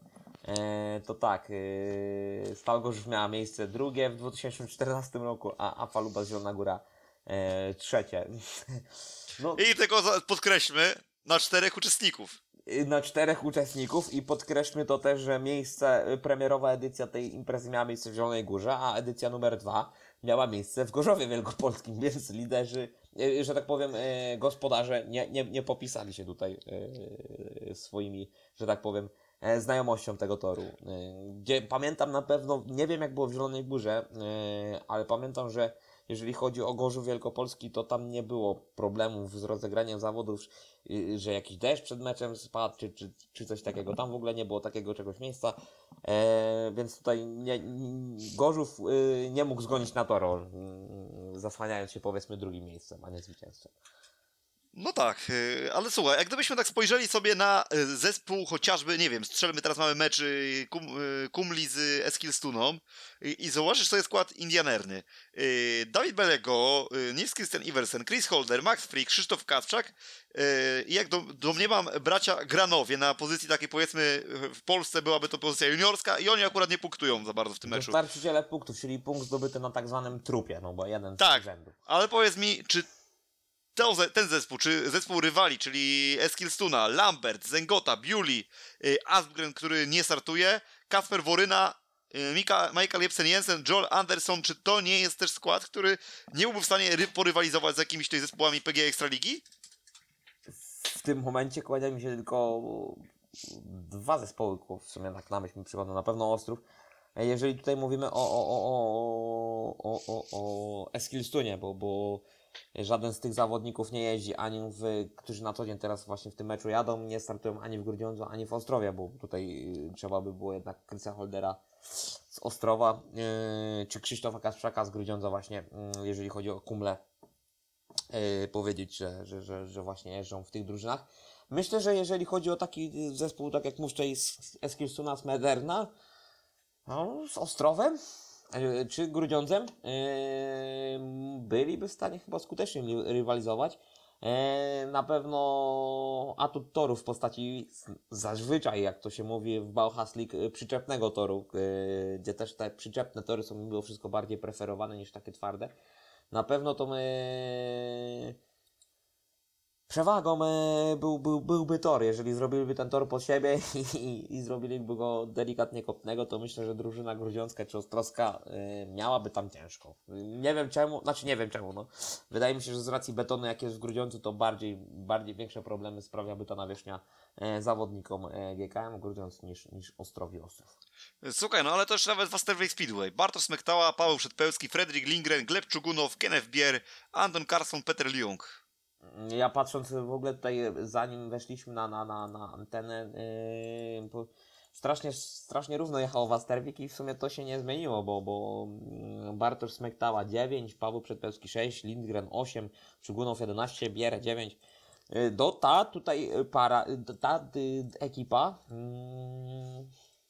E, to tak, e, Stal Gorzów miała miejsce drugie w dwa tysiące czternastym roku, a, a Faluba Zielona Góra e, trzecie. No, I tylko za- podkreślmy, na czterech uczestników. y, na czterech uczestników i podkreślmy to też, że miejsce, y, premierowa edycja tej imprezy miała miejsce w Zielonej Górze, a edycja numer dwa miała miejsce w Gorzowie Wielkopolskim, więc liderzy, y, że tak powiem, y, gospodarze nie, nie, nie popisali się tutaj y, swoimi, że tak powiem, e, znajomością tego toru. Y, Gdzie pamiętam na pewno, nie wiem jak było w Zielonej Górze, y, ale pamiętam, że jeżeli chodzi o Gorzów Wielkopolski, to tam nie było problemów z rozegraniem zawodów, y, że jakiś deszcz przed meczem spadł, czy, czy, czy coś takiego. Tam w ogóle nie było takiego czegoś miejsca, e, więc tutaj nie, nie, Gorzów y, nie mógł zgonić na toro, y, zasłaniając się powiedzmy drugim miejscem, a nie zwycięzcą. No tak, yy, ale słuchaj, jak gdybyśmy tak spojrzeli sobie na y, zespół chociażby, nie wiem, strzelmy teraz mamy mecz y, Kum, y, Kumli z Eskilstuną y, i zauważysz sobie skład Indianerny. Y, Dawid Belego, y, Nils Christian Iversen, Chris Holder, Max Frick, Krzysztof Kasprzak y, i jak do, domniemam bracia Granowie na pozycji takiej powiedzmy y, w Polsce byłaby to pozycja juniorska i oni akurat nie punktują za bardzo w tym meczu. Dostarczyciele punktów, czyli punkt zdobyty na tak zwanym trupie, no bo jeden Tak, z rzędu. ale powiedz mi, czy To, ze- ten zespół, czy zespół rywali, czyli Eskilstuna, Lambert, Zengota, Biuli, y, Asbgren, który nie startuje, Kasper Woryna, y, Mika, Michael Jebsen Jensen, Joel Anderson, czy to nie jest też skład, który nie byłby w stanie ry- porywalizować z jakimiś tutaj zespołami P G A Ekstraligi? W tym momencie kładzie mi się tylko dwa zespoły, w sumie tak na myśl mi przychodzą, na pewno Ostrów. Jeżeli tutaj mówimy o, o, o, o, o, o, o Eskilstunie, bo, bo żaden z tych zawodników nie jeździ ani w, którzy na co dzień teraz właśnie w tym meczu jadą, nie startują ani w Grudziądzu, ani w Ostrowie, bo tutaj y, trzeba by było jednak Krysa Holdera z Ostrowa, yy, czy Krzysztofa Kasprzaka z Grudziądza właśnie, yy, jeżeli chodzi o Kumle, yy, powiedzieć, że, że, że, że właśnie jeżdżą w tych drużynach. Myślę, że jeżeli chodzi o taki zespół, tak jak mówisz, tutaj z Eskilstuna, z Mederna, no, z Ostrowem, yy, czy Grudziądzem, yy, byliby w stanie chyba skutecznie li- rywalizować. Yy, na pewno atut toru w postaci z- zazwyczaj, jak to się mówi w Bauhaus League, yy, przyczepnego toru, yy, gdzie też te przyczepne tory są mimo wszystko bardziej preferowane niż takie twarde. Na pewno to my przewagą e, był, był, byłby tor. Jeżeli zrobiliby ten tor pod siebie i, i, i zrobiliby go delikatnie kopnego, to myślę, że drużyna grudziącka czy ostrowska e, miałaby tam ciężko. Nie wiem czemu, znaczy nie wiem czemu, no. Wydaje mi się, że z racji betonu, jak jest w Grudziądzu, to bardziej, bardziej większe problemy sprawiaby ta nawierzchnia e, zawodnikom e, G K M Grudziądz niż, niż Ostrowi Ostrów. Słuchaj, no ale to już nawet Wasterwijk Speedway. Bartosz Smektała, Paweł Przedpełski, Fredrik Lindgren, Gleb Czugunow, Kenneth Bier, Anton Carson, Peter Liung. Ja patrząc w ogóle tutaj, zanim weszliśmy na, na, na, na antenę, yy, bo strasznie, strasznie równo jechał Wasterwik i w sumie to się nie zmieniło, bo, bo mm, Bartosz Smektała dziewięć, Paweł Przedpełski sześć, Lindgren osiem, Czugunow jedenaście, Bier dziewięć. Yy, Do ta tutaj para, ta y, ekipa mm,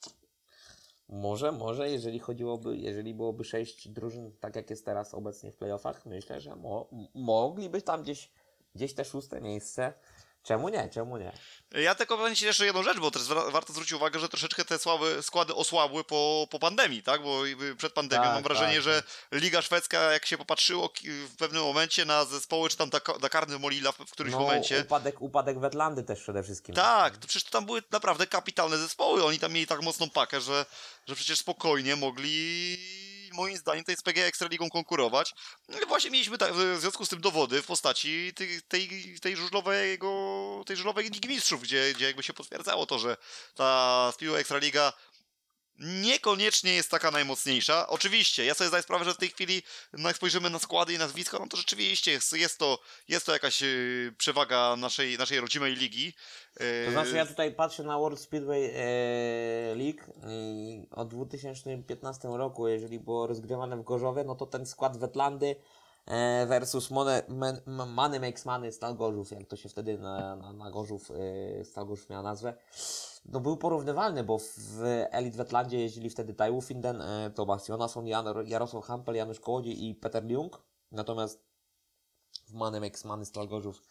może, może jeżeli chodziłoby, jeżeli byłoby sześć drużyn, tak jak jest teraz obecnie w playoffach, myślę, że mo, mogliby tam gdzieś Gdzieś te szóste miejsce. Czemu nie? Czemu nie? Ja tylko powiem Ci jeszcze jedną rzecz, bo też wa- warto zwrócić uwagę, że troszeczkę te słaby, składy osłabły po, po pandemii, tak? Bo y, przed pandemią Tak, mam wrażenie, tak, że tak. Liga Szwedzka, jak się popatrzyło ki- w pewnym momencie na zespoły, czy tam Daka- Dakarny Molila w, w którymś No, momencie. upadek, upadek Wetlandy też przede wszystkim. Tak, to przecież to tam były naprawdę kapitalne zespoły. Oni tam mieli tak mocną pakę, że, że przecież spokojnie mogli, moim zdaniem, tej z P G A Ekstraligą konkurować. No i właśnie mieliśmy tak, w związku z tym dowody w postaci tej, tej, tej żużlowego, tej żużlowej Ligi Mistrzów, gdzie, gdzie jakby się potwierdzało to, że ta Speedway Ekstraliga niekoniecznie jest taka najmocniejsza. Oczywiście, ja sobie zdaję sprawę, że w tej chwili, no jak spojrzymy na składy i nazwiska, no to rzeczywiście jest, jest, to, jest to jakaś yy, przewaga naszej, naszej rodzimej ligi. Yy, To znaczy ja tutaj patrzę na World Speedway e, League i od dwa tysiące piętnastego roku, jeżeli było rozgrywane w Gorzowie, no to ten skład Wetlandy e, versus Mone, Man, Money Makes Money Stal Gorzów, jak to się wtedy na, na, na Gorzów, e, Stal Gorzów miała nazwę, no był porównywalny, bo w Elite Wetlandzie jeździli wtedy Tai Finden, e, Tomasz Jonasson, Jan, Jarosław Hampel, Janusz Kołodziej i Peter Liung, natomiast w Money Makes Money Stal Gorzów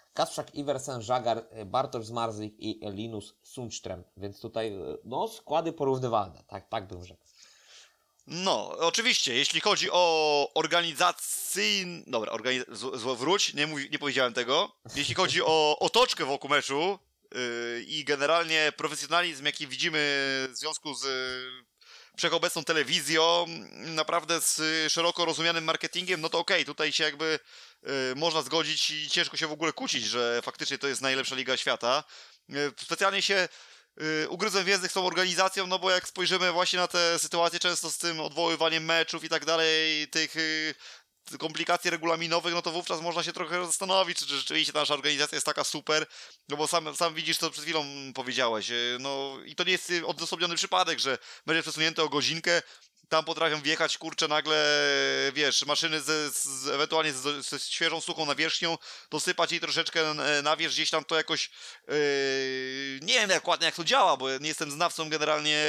Kasprzak Iversen, Żagar, y, Bartosz Zmarzlik i Linus Sundström. Więc tutaj y, no, składy porównywalne, tak, tak bym rzekł. No, oczywiście, jeśli chodzi o organizacyjny... Dobra, organiz... z, z, wróć, nie, mówi, nie powiedziałem tego. Jeśli chodzi o otoczkę wokół meczu yy, i generalnie profesjonalizm, jaki widzimy w związku z yy, wszechobecną telewizją, naprawdę z yy, szeroko rozumianym marketingiem, no to okej, okay, tutaj się jakby yy, można zgodzić i ciężko się w ogóle kłócić, że faktycznie to jest najlepsza liga świata. Yy, specjalnie się Yy, ugryzłem w język z tą organizacją, no bo jak spojrzymy właśnie na te sytuacje często z tym odwoływaniem meczów i tak dalej, tych yy, komplikacji regulaminowych, no to wówczas można się trochę zastanowić, czy, czy rzeczywiście ta nasza organizacja jest taka super, no bo sam, sam widzisz, co przed chwilą powiedziałeś, yy, no i to nie jest yy, odosobniony przypadek, że będzie przesunięte o godzinkę, tam potrafią wjechać, kurczę, nagle, wiesz, maszyny z, z ewentualnie z, z świeżą, suchą nawierzchnią, dosypać jej troszeczkę na wierzch, gdzieś tam to jakoś, yy, nie wiem dokładnie jak to działa, bo nie jestem znawcą generalnie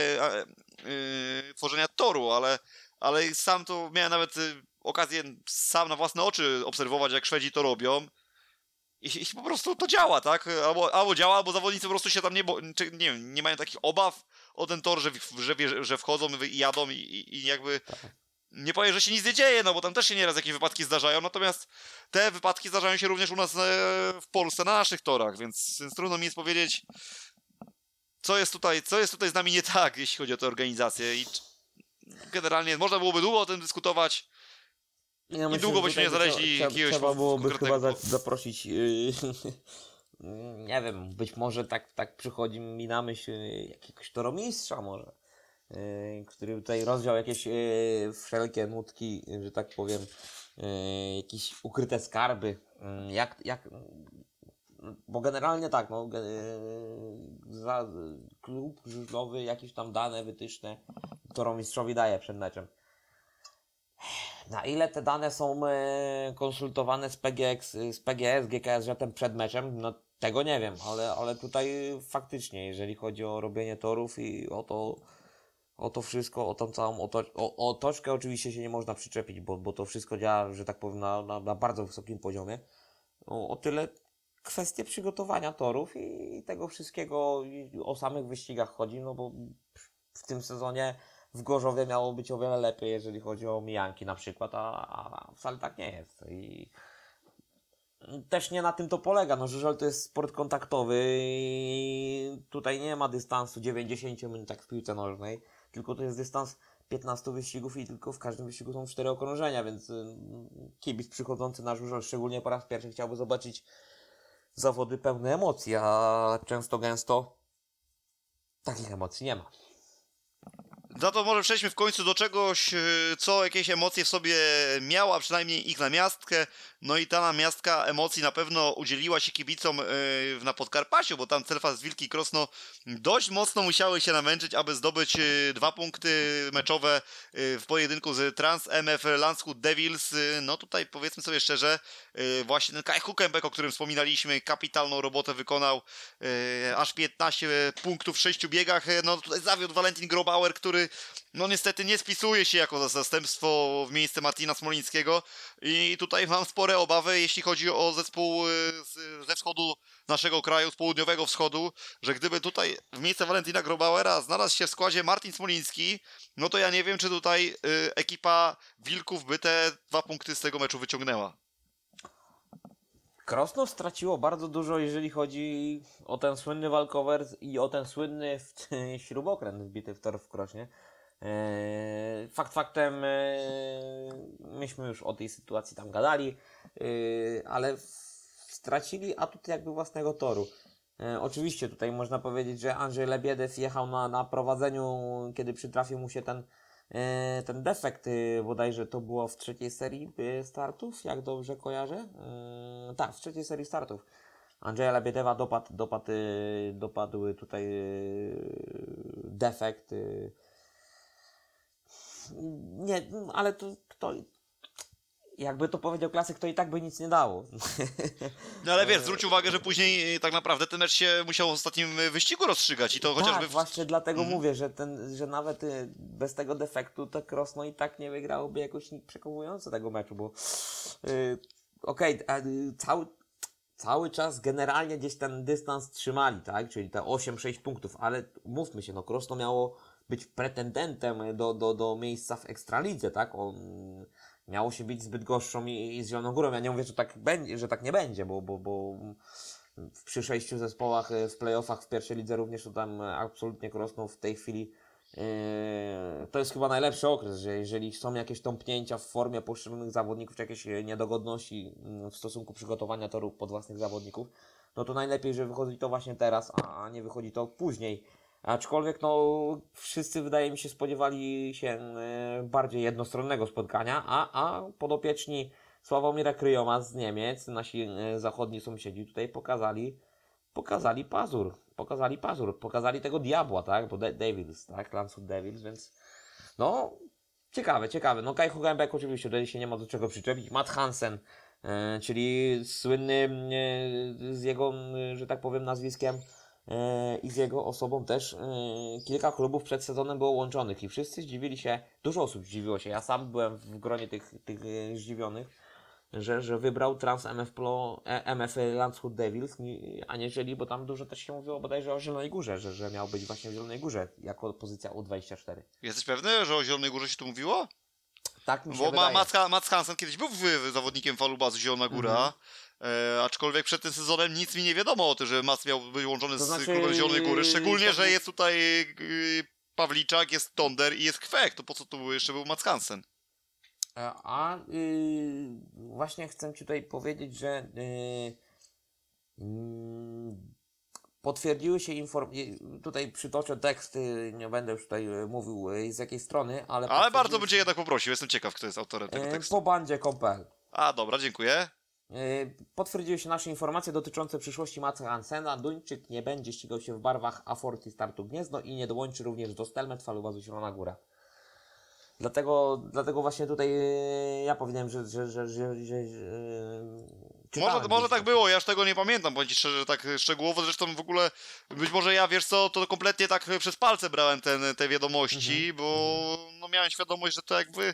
yy, tworzenia toru, ale, ale sam to miałem nawet yy, okazję sam na własne oczy obserwować, jak Szwedzi to robią. I, I po prostu to działa, tak? Albo, albo działa, albo zawodnicy po prostu się tam nie, bo, czy, nie wiem, nie mają takich obaw o ten tor, że, że, że wchodzą i jadą i, i, i jakby nie powiem, że się nic nie dzieje, no bo tam też się nieraz jakieś wypadki zdarzają, natomiast te wypadki zdarzają się również u nas e, w Polsce, na naszych torach, więc, więc trudno mi jest powiedzieć, co jest tutaj, co jest tutaj z nami nie tak, jeśli chodzi o tę organizację i generalnie można byłoby długo o tym dyskutować. Ja I myślę, długo że byśmy nie tutaj znaleźli trzeba, jakiegoś trzeba byłoby chyba za, konkretnego... zaprosić, yy, nie wiem, być może tak, tak przychodzi mi na myśl yy, jakiegoś toromistrza może, yy, który tutaj rozwiał jakieś yy, wszelkie nutki, yy, że tak powiem, yy, jakieś ukryte skarby, yy, jak, jak, bo generalnie tak, no, yy, za, klub żużlowy jakieś tam dane, wytyczne toromistrzowi daje przed meczem. Na ile te dane są e, konsultowane z P G X, z P G S, G K S Z przed meczem, no tego nie wiem, ale, ale tutaj faktycznie, jeżeli chodzi o robienie torów i o to, o to wszystko, o tą całą otoczkę, o otoczkę oczywiście się nie można przyczepić, bo, bo to wszystko działa, że tak powiem, na, na, na bardzo wysokim poziomie. O, o tyle kwestie przygotowania torów i, i tego wszystkiego i o samych wyścigach chodzi, no bo w tym sezonie w Gorzowie miało być o wiele lepiej, jeżeli chodzi o mijanki na przykład, a, a wcale tak nie jest. I też nie na tym to polega. No, żużel to jest sport kontaktowy i tutaj nie ma dystansu dziewięćdziesiąt minut jak w piłce nożnej, tylko to jest dystans piętnastu wyścigów i tylko w każdym wyścigu są cztery okrążenia, więc kibic przychodzący na żużel, szczególnie po raz pierwszy, chciałby zobaczyć zawody pełne emocji, a często gęsto takich emocji nie ma. No to może przejdźmy w końcu do czegoś, co jakieś emocje w sobie miała, przynajmniej ich namiastkę. No i ta namiastka emocji na pewno udzieliła się kibicom na Podkarpaciu, bo tam Celfast Wilki i Krosno dość mocno musiały się namęczyć, aby zdobyć dwa punkty meczowe w pojedynku z Trans M F Landshut Devils. No tutaj powiedzmy sobie szczerze, właśnie ten Kai Hukenbeck, o którym wspominaliśmy, kapitalną robotę wykonał, aż piętnaście punktów w sześciu biegach. No tutaj zawiódł Valentin Grobauer, który no niestety nie spisuje się jako zastępstwo w miejsce Martina Smolińskiego i tutaj mam spore obawy, jeśli chodzi o zespół z, ze wschodu naszego kraju, z południowego wschodu, że gdyby tutaj w miejsce Valentina Grobauera znalazł się w składzie Martin Smoliński, no to ja nie wiem, czy tutaj y, ekipa Wilków by te dwa punkty z tego meczu wyciągnęła. Krosno straciło bardzo dużo, jeżeli chodzi o ten słynny walkover i o ten słynny śrubokręt wbity w tor w Krośnie. Eee, fakt faktem, eee, myśmy już o tej sytuacji tam gadali, eee, ale stracili atut jakby własnego toru. Eee, oczywiście tutaj można powiedzieć, że Andrzej Lebiedew jechał na, na prowadzeniu, kiedy przytrafił mu się ten ten defekt, bodajże to było w trzeciej serii startów, jak dobrze kojarzę. Yy, tak, w trzeciej serii startów. Andrzeja Lebiedewa dopadł, dopadł, dopadł tutaj defekt. Nie, ale to, to jakby to powiedział klasyk, to i tak by nic nie dało. No ale wiesz, zwróć uwagę, że później tak naprawdę ten mecz się musiał w ostatnim wyścigu rozstrzygać i to chociażby... Tak, właśnie dlatego mm. mówię, że, ten, że nawet bez tego defektu to Krosno i tak nie wygrałoby jakoś przekonująco tego meczu, bo yy, okej, okay, cały, cały czas generalnie gdzieś ten dystans trzymali, tak? Czyli te osiem sześć punktów, ale mówmy się, no Krosno miało być pretendentem do, do, do miejsca w Ekstralidze, tak? On miało się bić z Bydgoszczą i, i z Zielonogórą. Ja nie mówię, że tak będzie, że tak nie będzie, bo, bo, bo przy sześciu zespołach w playoffach w pierwszej lidze również to tam absolutnie Krosno w tej chwili yy, to jest chyba najlepszy okres, że jeżeli są jakieś tąpnięcia w formie poszczególnych zawodników, czy jakieś niedogodności w stosunku przygotowania toru pod własnych zawodników, no to najlepiej, że wychodzi to właśnie teraz, a nie wychodzi to później. Aczkolwiek no wszyscy wydaje mi się spodziewali się yy, bardziej jednostronnego spotkania, a, a podopieczni Sławomira Kryjoma z Niemiec, nasi yy, zachodni sąsiedzi tutaj pokazali pokazali pazur, pokazali pazur, pokazali tego diabła, tak, bo De- Devils, tak, Landshut Devils, więc no, ciekawe, ciekawe, no Kai Hugenbeck oczywiście, tutaj się nie ma do czego przyczepić, Matt Hansen, e, czyli słynny e, z jego, e, że tak powiem, nazwiskiem e, i z jego osobą też e, kilka klubów przed sezonem było łączonych i wszyscy zdziwili się, dużo osób zdziwiło się, ja sam byłem w gronie tych, tych e, zdziwionych, że, że wybrał Trans M F, Plo, M F Landshut Devils, aniżeli, bo tam dużo też się mówiło bodajże o Zielonej Górze, że, że miał być właśnie w Zielonej Górze jako pozycja U dwadzieścia cztery. Jesteś pewny, że o Zielonej Górze się tu mówiło? Tak mi się Bo wydaje. Mats, Mats Hansen kiedyś był w, zawodnikiem Falubazu Zielona Góra, mhm. e, aczkolwiek przed tym sezonem nic mi nie wiadomo o tym, że Mats miał być łączony To z znaczy, klubem Zielonej Góry, szczególnie, to że był- jest tutaj y, Pawliczak, jest Tonder i jest Kwek, to po co tu jeszcze był Mats Hansen? A yy, właśnie chcę Ci tutaj powiedzieć, że yy, yy, potwierdziły się informacje, tutaj przytoczę tekst, yy, nie będę już tutaj yy, mówił yy, z jakiej strony, ale... Ale bardzo potwierdziły bym cię jednak poprosił, jestem ciekaw, kto jest autorem tego się, yy, tekstu. po bandzie kropka pe el. A, dobra, dziękuję. Yy, Potwierdziły się nasze informacje dotyczące przyszłości Matsa Hansena. Duńczyk nie będzie ścigał się w barwach Aforti Startu Gniezno i nie dołączy również do Stelmet Falubazu Zielona Góra. Dlatego, dlatego właśnie tutaj yy, ja powiedziałem, że... że, że, że, że yy, Może, może gdzieś tak to. było, ja już tego nie pamiętam, powiem ci szczerze, tak szczegółowo, zresztą w ogóle, być może ja, wiesz co, to kompletnie tak przez palce brałem ten, te wiadomości, Mhm, bo no, miałem świadomość, że to jakby,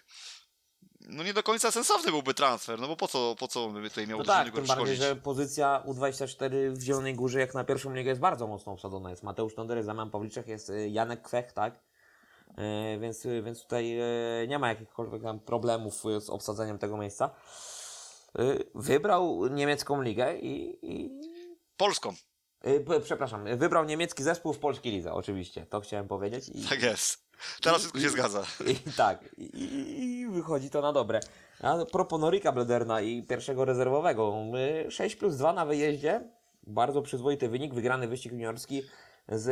no nie do końca sensowny byłby transfer, no bo po co, po co by tutaj miał No do tak, Zielonego tym bardziej, przychodzić? że pozycja U dwadzieścia cztery w Zielonej Górze jak na pierwszą ligę jest bardzo mocno obsadzona. Jest Mateusz Tonder, jest Damian Pawliczek, jest yy, Janek Kwech, tak? Yy, więc, yy, więc tutaj yy, nie ma jakichkolwiek tam problemów yy, z obsadzeniem tego miejsca. Yy, wybrał niemiecką ligę i... i... Polską, Yy, p- przepraszam, wybrał niemiecki zespół w polskiej lidze, oczywiście, to chciałem powiedzieć. I, tak jest. Teraz i- wszystko i- się zgadza. I, tak, i, i, i wychodzi to na dobre. A propos Norika Blederna i pierwszego rezerwowego, yy, sześć plus dwa na wyjeździe, bardzo przyzwoity wynik, wygrany wyścig juniorski z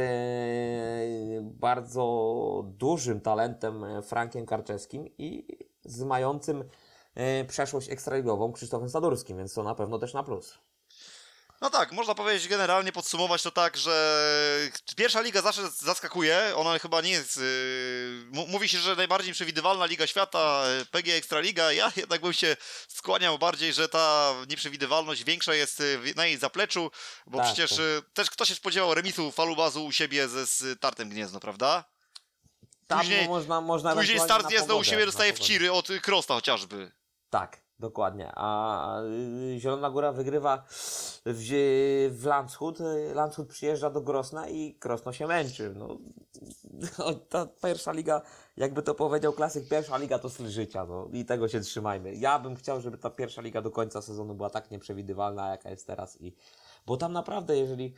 yy, bardzo dużym talentem yy, Frankiem Karczewskim i z mającym yy, przeszłość ekstraligową Krzysztofem Sadurskim, więc to na pewno też na plus. No tak, można powiedzieć generalnie, podsumować to tak, że pierwsza liga zawsze zaskakuje, ona chyba nie jest, yy, m- mówi się, że najbardziej przewidywalna liga świata, yy, P G Ekstraliga, ja jednak bym się skłaniał bardziej, że ta nieprzewidywalność większa jest yy, w- na jej zapleczu, bo Tak, przecież tak. yy, też kto się spodziewał remisu Falubazu u siebie ze z Tartem Gniezno, prawda? Tam Później- można, można Później ewentualnie Start na Gniezno u pogodę, siebie na dostaje w pogodę. ciry od Krosta chociażby. Tak, dokładnie. A y, Zielona Góra wygrywa w, Zie- w Landshut. y, Landshut przyjeżdża do Grosna i Krosno się męczy. No, no, ta pierwsza liga, jakby to powiedział klasyk, pierwsza liga to styl życia. No, i tego się trzymajmy. Ja bym chciał, żeby ta pierwsza liga do końca sezonu była tak nieprzewidywalna, jaka jest teraz. I, bo tam naprawdę, jeżeli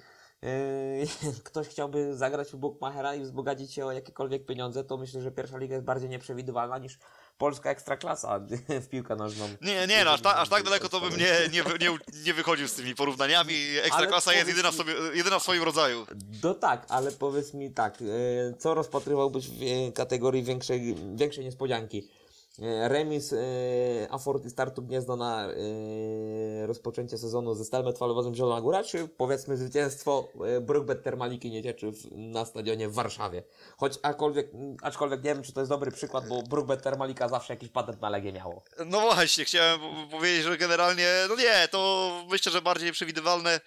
Yy, ktoś chciałby zagrać u Bookmachera i wzbogacić się o jakiekolwiek pieniądze, to myślę, że pierwsza liga jest bardziej nieprzewidywalna niż polska ekstraklasa w piłkę nożną. Nie, nie, no, aż, ta, aż tak daleko to bym nie, nie, wy- nie, nie wychodził z tymi porównaniami. Ekstraklasa Ale jest jedyna w, powiedz sobie, jedyna w swoim rodzaju. No tak, ale powiedz mi tak, yy, co rozpatrywałbyś w yy, kategorii większej, większej niespodzianki? Yy, Remis yy, Aforti Startu Gniezno na yy, rozpoczęcie sezonu ze Stelmet Falowozem Zielona Góra, czy powiedzmy zwycięstwo yy, Brookbet Termaliki Niecieczy w, na stadionie w Warszawie? Choć aczkolwiek, aczkolwiek nie wiem, czy to jest dobry przykład, bo Brookbet Termalika zawsze jakiś patent na Legię miało. No właśnie, chciałem p- powiedzieć, że generalnie, no nie, to myślę, że bardziej przewidywalne.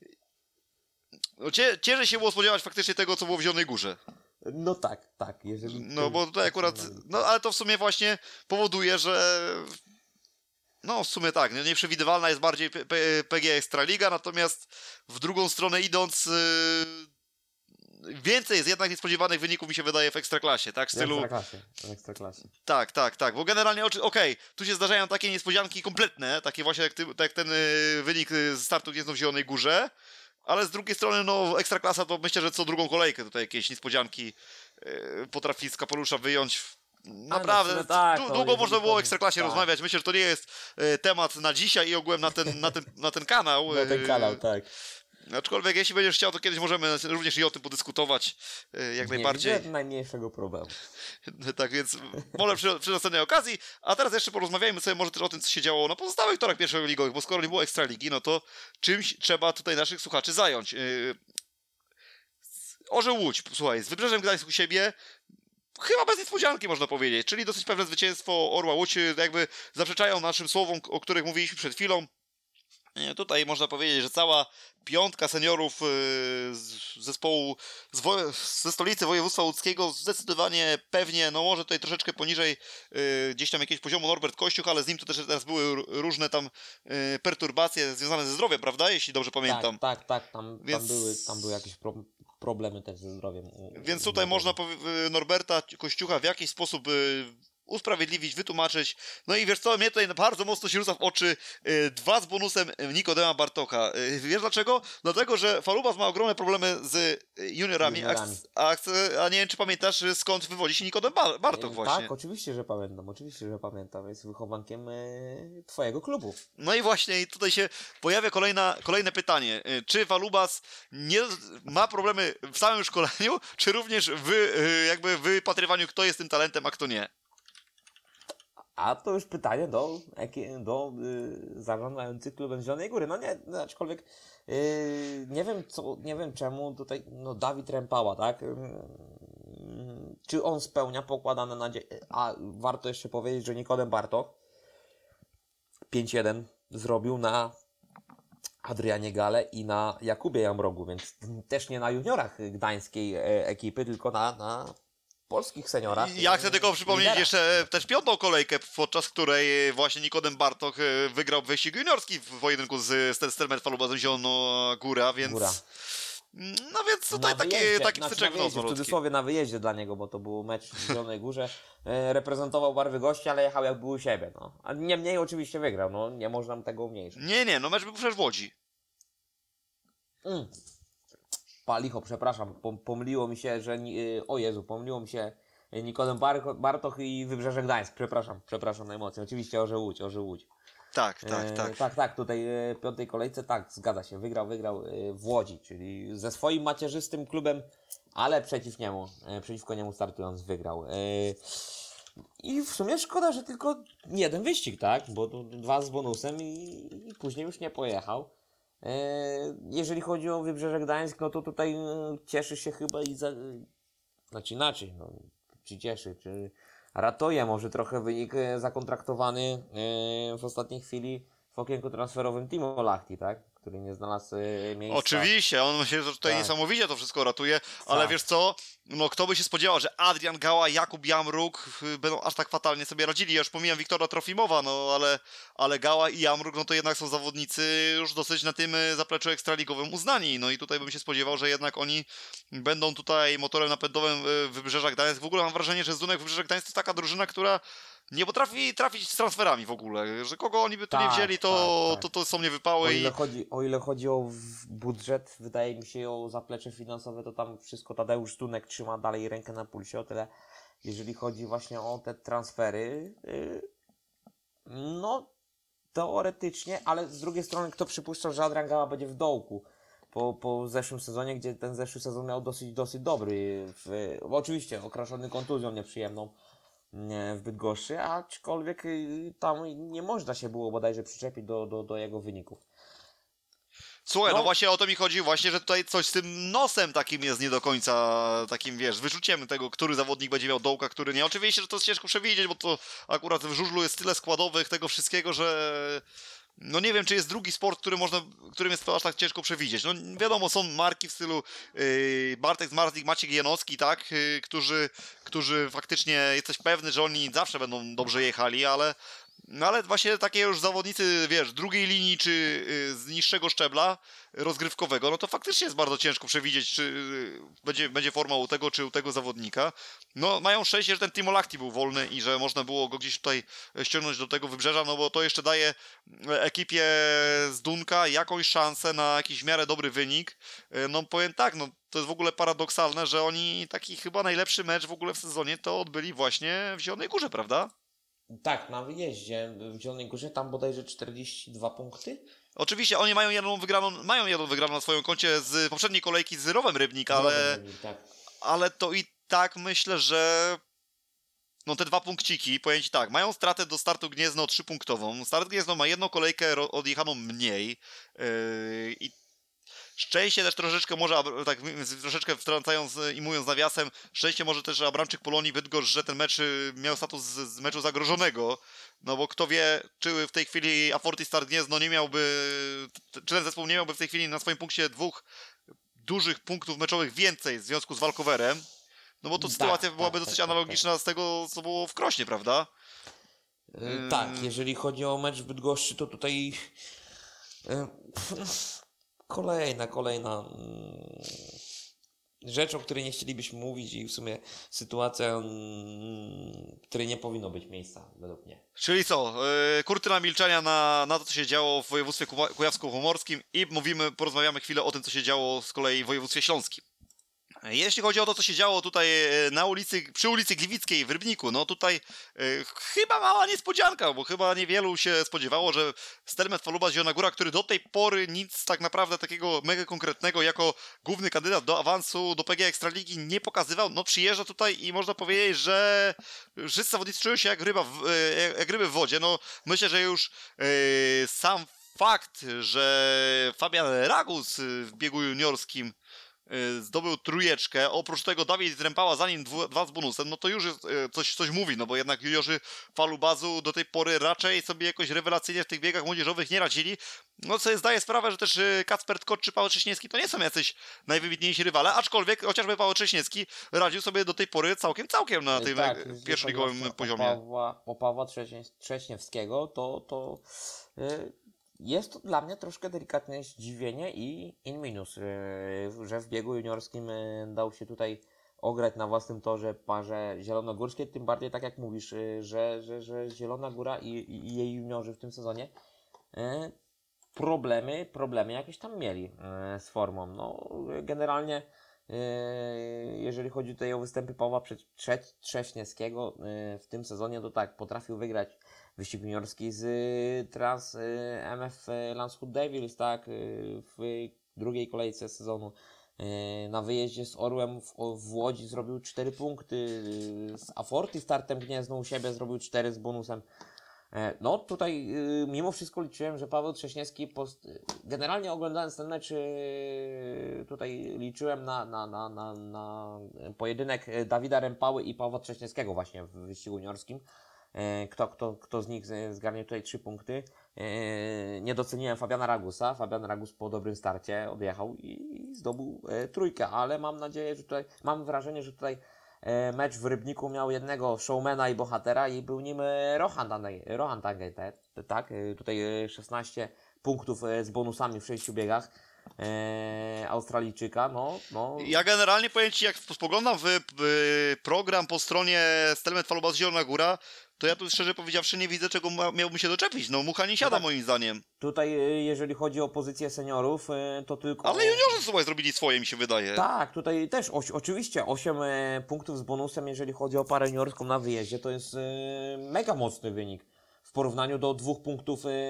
No, cie, cieszę się było spodziewać faktycznie tego, co było w Zielonej Górze. No tak, tak, jeżeli... No bo tutaj akurat, no ale to w sumie właśnie powoduje, że No, w sumie tak, no, nieprzewidywalna jest bardziej P- P- P G Ekstraliga, natomiast w drugą stronę idąc, yy, więcej jest jednak niespodziewanych wyników, mi się wydaje, w Ekstraklasie, tak? W W stylu... Ekstraklasie. W Ekstraklasie. Tak, tak, tak, bo generalnie, oczy- okej, tu się zdarzają takie niespodzianki kompletne, takie właśnie jak, ty, tak jak ten yy, wynik yy, z startu Gniezno w Zielonej Górze, ale z drugiej strony, no, Ekstraklasa to myślę, że co drugą kolejkę tutaj jakieś niespodzianki yy, potrafi z kapelusza wyjąć. Naprawdę, A, no w sumie tak, dłu- no, długo jeżeli można było o chodzi- Ekstraklasie tak. rozmawiać. Myślę, że to nie jest e, temat na dzisiaj i ogółem na ten, na ten, na ten kanał. No ten e, kanał, tak. Aczkolwiek jeśli będziesz chciał, to kiedyś możemy również i o tym podyskutować e, jak najbardziej. Nie widzę najmniejszego problemu. Tak więc wolę przy, przy następnej okazji. A teraz jeszcze porozmawiajmy sobie może też o tym, co się działo na pozostałych torach pierwszoligowych, bo skoro nie było Ekstraligi, no to czymś trzeba tutaj naszych słuchaczy zająć. E, Orzeł Łódź, słuchaj, z Wybrzeżem Gdańsk u siebie chyba bez niespodzianki można powiedzieć, czyli dosyć pewne zwycięstwo Orła Łódź, jakby zaprzeczają naszym słowom, o których mówiliśmy przed chwilą. Nie, tutaj można powiedzieć, że cała piątka seniorów yy, z zespołu z wo- ze stolicy województwa łódzkiego zdecydowanie pewnie, no może tutaj troszeczkę poniżej yy, gdzieś tam jakiegoś poziomu Norbert Kościuch, ale z nim to też teraz były r- różne tam yy, perturbacje związane ze zdrowiem, prawda? Jeśli dobrze pamiętam. Tak, tak, tak. Tam, Więc- tam, były, tam były jakieś pro, problemy też ze zdrowiem. u- Więc u tutaj młodego. można powie- y, Norberta Kościucha w jakiś sposób y, usprawiedliwić, wytłumaczyć. No i wiesz co, mnie tutaj bardzo mocno się rzuca w oczy y, dwa z bonusem Nikodema Bartocha. Y, wiesz dlaczego? Dlatego, że Falubas ma ogromne problemy z y, juniorami, a, Juniorami. chc- a, chce- a nie wiem, czy pamiętasz, y, skąd wywodzi się Nikodem Ba- Bartok E, właśnie. Tak, oczywiście, że pamiętam, oczywiście, że pamiętam. Jest wychowankiem e, twojego klubu. No i właśnie i tutaj się pojawia kolejna, kolejne pytanie. Y, Czy Falubas nie ma problemy w samym szkoleniu, czy również w y, jakby wypatrywaniu, kto jest tym talentem, a kto nie? A to już pytanie do, jakie- do y, zarządzających klubem Zielonej Góry. No nie, no, aczkolwiek y, nie wiem co, nie wiem czemu tutaj, no Dawid Rempała, tak? Ym, czy on spełnia pokładane nadzieje? A warto jeszcze powiedzieć, że Nikodem Bartok pięć jeden zrobił na Adrianie Gale i na Jakubie Jamrogu, więc też nie na juniorach gdańskiej e, ekipy, tylko na, na polskich seniorach. Ja chcę tylko przypomnieć lidera. jeszcze też piątą kolejkę, podczas której właśnie Nikodem Bartok e, wygrał wyścig juniorski w pojedynku z Stelmet Falubazem Zieloną Góra, więc... Góra. No więc tutaj Na taki, wyjeździe, taki znaczy wstyczek na w nos wyjeździe, w malutki. cudzysłowie na wyjeździe dla niego, bo to był mecz w Zielonej Górze. E, reprezentował barwy gości, ale jechał jak był u siebie. No. A niemniej oczywiście wygrał, no nie można mu tego umniejszyć. Nie, nie, no mecz był przecież w Łodzi. Mm. Palicho, przepraszam, pom- pomyliło mi się, że... ni- y, O Jezu, pomyliło mi się Nikodem Bar- Bartoch i Wybrzeże Gdańsk. Przepraszam, przepraszam najmocniej. Oczywiście Orzeł Łódź, Orzeł Łódź. Tak, tak, E, tak. tak, tak, tutaj e, w piątej kolejce, tak, zgadza się, wygrał, wygrał e, w Łodzi, czyli ze swoim macierzystym klubem, ale przeciw niemu, e, przeciwko niemu startując wygrał. E, I w sumie szkoda, że tylko jeden wyścig, tak, bo tu dwa z bonusem i, i później już nie pojechał. E, jeżeli chodzi o Wybrzeże Gdańsk, no to tutaj e, cieszy się chyba i za... Znaczy inaczej, no, czy cieszy, czy ratuje może trochę wynik e, zakontraktowany e, w ostatniej chwili w okienku transferowym Timo Lahti, tak? Który nie znalazł e, miejsca. Oczywiście, on się tutaj Tak. niesamowicie to wszystko ratuje, ale Tak. wiesz co, no kto by się spodziewał, że Adrian Gała, Jakub Jamruk y, będą aż tak fatalnie sobie radzili. Ja już pomijam Wiktora Trofimowa, no ale, ale Gała i Jamruk, no to jednak są zawodnicy już dosyć na tym y, zapleczu ekstraligowym uznani, no i tutaj bym się spodziewał, że jednak oni będą tutaj motorem napędowym y, Wybrzeża Gdańsk. W ogóle mam wrażenie, że Zdunek Wybrzeża Gdańsk to jest taka drużyna, która nie potrafi trafić z transferami w ogóle, że kogo oni by tu nie Tak, wzięli, to, tak, tak. to, to są O niewypały i... ile, chodzi, o ile chodzi o w- budżet, wydaje mi się o zaplecze finansowe, to tam wszystko Tadeusz Stunek trzyma dalej rękę na pulsie, o tyle jeżeli chodzi właśnie o te transfery, yy, no teoretycznie, ale z drugiej strony kto przypuszczał, że Adrian Gała będzie w dołku po, po zeszłym sezonie, gdzie ten zeszły sezon miał dosyć, dosyć dobry, w, oczywiście okraszony kontuzją nieprzyjemną nie, w Bydgoszczy, aczkolwiek y, tam nie można się było bodajże przyczepić do, do, do jego wyników. Słuchaj, no. No. właśnie o to mi chodzi, właśnie, że tutaj coś z tym nosem takim jest nie do końca takim, wiesz, wyrzuciem tego, który zawodnik będzie miał dołka, który nie. Oczywiście, że to jest ciężko przewidzieć, bo to akurat w żużlu jest tyle składowych tego wszystkiego, że no nie wiem, czy jest drugi sport, który można, którym jest to aż tak ciężko przewidzieć. No wiadomo, są marki w stylu yy, Bartek Zmarzlik, Maciek Janowski, tak, yy, którzy, którzy faktycznie jesteś pewny, że oni zawsze będą dobrze jechali, ale No ale właśnie takie już zawodnicy, wiesz, drugiej linii czy y, z niższego szczebla rozgrywkowego, no to faktycznie jest bardzo ciężko przewidzieć, czy y, będzie, będzie forma u tego, czy u tego zawodnika. No mają szczęście, że ten Timo Lahti był wolny i że można było go gdzieś tutaj ściągnąć do tego wybrzeża, no bo to jeszcze daje ekipie z Dunka jakąś szansę na jakiś w miarę dobry wynik. Y, No powiem tak, no to jest w ogóle paradoksalne, że oni taki chyba najlepszy mecz w ogóle w sezonie to odbyli właśnie w Zielonej Górze, prawda? Tak, na wyjeździe w Zielonej Górze, tam bodajże czterdzieści dwa punkty. Oczywiście oni mają jedną wygraną, mają jedną wygraną na swoją koncie z poprzedniej kolejki z Rowem Rybnik, Zdrowy ale, wynik, tak. ale to i tak myślę, że no te dwa punkciki, powiem Ci tak, mają stratę do startu Gniezno trzypunktową. Start Gniezno ma jedną kolejkę ro- odjechaną mniej yy, i szczęście też troszeczkę może, ab- tak z- troszeczkę wtrącając y, i mówiąc nawiasem, szczęście może też Abramczyk Polonii Bydgoszcz, że ten mecz y, miał status z, z meczu zagrożonego, no bo kto wie, czy w tej chwili Aforti Start Gniezno nie miałby, t- czy ten zespół nie miałby w tej chwili na swoim punkcie dwóch dużych punktów meczowych więcej w związku z walkowerem, no bo to Tak, sytuacja tak, byłaby tak, dosyć tak, tak. analogiczna z tego, co było w Krośnie, prawda? E, Tak, jeżeli chodzi o mecz w Bydgoszczy, to tutaj e, pff, kolejna, kolejna mm, rzecz, o której nie chcielibyśmy mówić i w sumie sytuacja, mm, w której nie powinno być miejsca, według mnie. Czyli co, yy, kurtyna milczenia na, na to, co się działo w województwie Kuwa- kujawsko-pomorskim i mówimy, porozmawiamy chwilę o tym, co się działo z kolei w województwie śląskim. Jeśli chodzi o to, co się działo tutaj e, na ulicy, przy ulicy Gliwickiej w Rybniku, no tutaj e, chyba mała niespodzianka, bo chyba niewielu się spodziewało, że Stelmet Faluba z Zielona Góra, który do tej pory nic tak naprawdę takiego mega konkretnego jako główny kandydat do awansu do P G Ekstraligi nie pokazywał, no przyjeżdża tutaj i można powiedzieć, że wszyscy zawodnicy czują się jak ryba w, e, jak, jak ryby w wodzie. No myślę, że już e, sam fakt, że Fabian Ragus w biegu juniorskim y, zdobył trójeczkę, oprócz tego Dawid Rempała za nim dwu, dwa z bonusem, no to już jest, y, coś, coś mówi, no bo jednak juniorzy Falubazu do tej pory raczej sobie jakoś rewelacyjnie w tych biegach młodzieżowych nie radzili, no co zdaje sprawę, że też y, Kacper Tkocz czy Paweł Trześniewski to nie są jacyś najwybitniejsi rywale, aczkolwiek chociażby Paweł Trześniewski radził sobie do tej pory całkiem, całkiem na E, tym tak, e, jeżeli chodzi pierwszoligowym właśnie poziomie. O Pawła, o Pawła Trześnie- Trześniewskiego, to, to e, jest to dla mnie troszkę delikatne zdziwienie i in minus, e, że w biegu juniorskim e, dał się tutaj ograć na własnym torze parze zielonogórskie, tym bardziej tak jak mówisz, e, że, że, że Zielona Góra i, i i jej juniorzy w tym sezonie e, problemy, problemy jakieś tam mieli e, z formą. No, generalnie e, jeżeli chodzi tutaj o występy Pawła Prze- Trze- Trześniewskiego e, w tym sezonie, to tak, potrafił wygrać wyścig juniorski z e, Trans e, M F Landshut Devils, tak, e, w drugiej kolejce sezonu. E, Na wyjeździe z Orłem w, w Łodzi zrobił cztery punkty, e, z Aforti startem Gniezno u siebie zrobił cztery z bonusem. E, No tutaj y, mimo wszystko liczyłem, że Paweł Trześniewski post... generalnie oglądając ten mecz y, tutaj liczyłem na, na, na, na, na pojedynek Dawida Rempały i Pawła Trześniewskiego właśnie w wyścigu juniorskim. E, Kto, kto, kto z nich z- zgarnie tutaj trzy punkty. E, Nie doceniłem Fabiana Ragusa. Fabian Ragus po dobrym starcie odjechał i zdobył e, trójkę, ale mam nadzieję, że tutaj, mam wrażenie, że tutaj E, mecz w Rybniku miał jednego showmana i bohatera i był nim e, Rohan Dane- Rohan Tangete, tak? E, Tutaj e, szesnaście punktów e, z bonusami w sześciu biegach e, Australijczyka, no, no. Ja generalnie powiem Ci, jak spoglądam w, w program po stronie Stelmet Falubas Zielona Góra, to ja tu szczerze powiedziawszy nie widzę, czego ma, miałbym się doczepić. No mucha nie siada tak. moim zdaniem. Tutaj e, jeżeli chodzi o pozycję seniorów, e, to tylko... Ale juniorzy sobie zrobili swoje, mi się wydaje. Tak, tutaj też oś, oczywiście osiem e, punktów z bonusem, jeżeli chodzi o parę juniorską na wyjeździe, to jest e, mega mocny wynik w porównaniu do dwóch punktów e,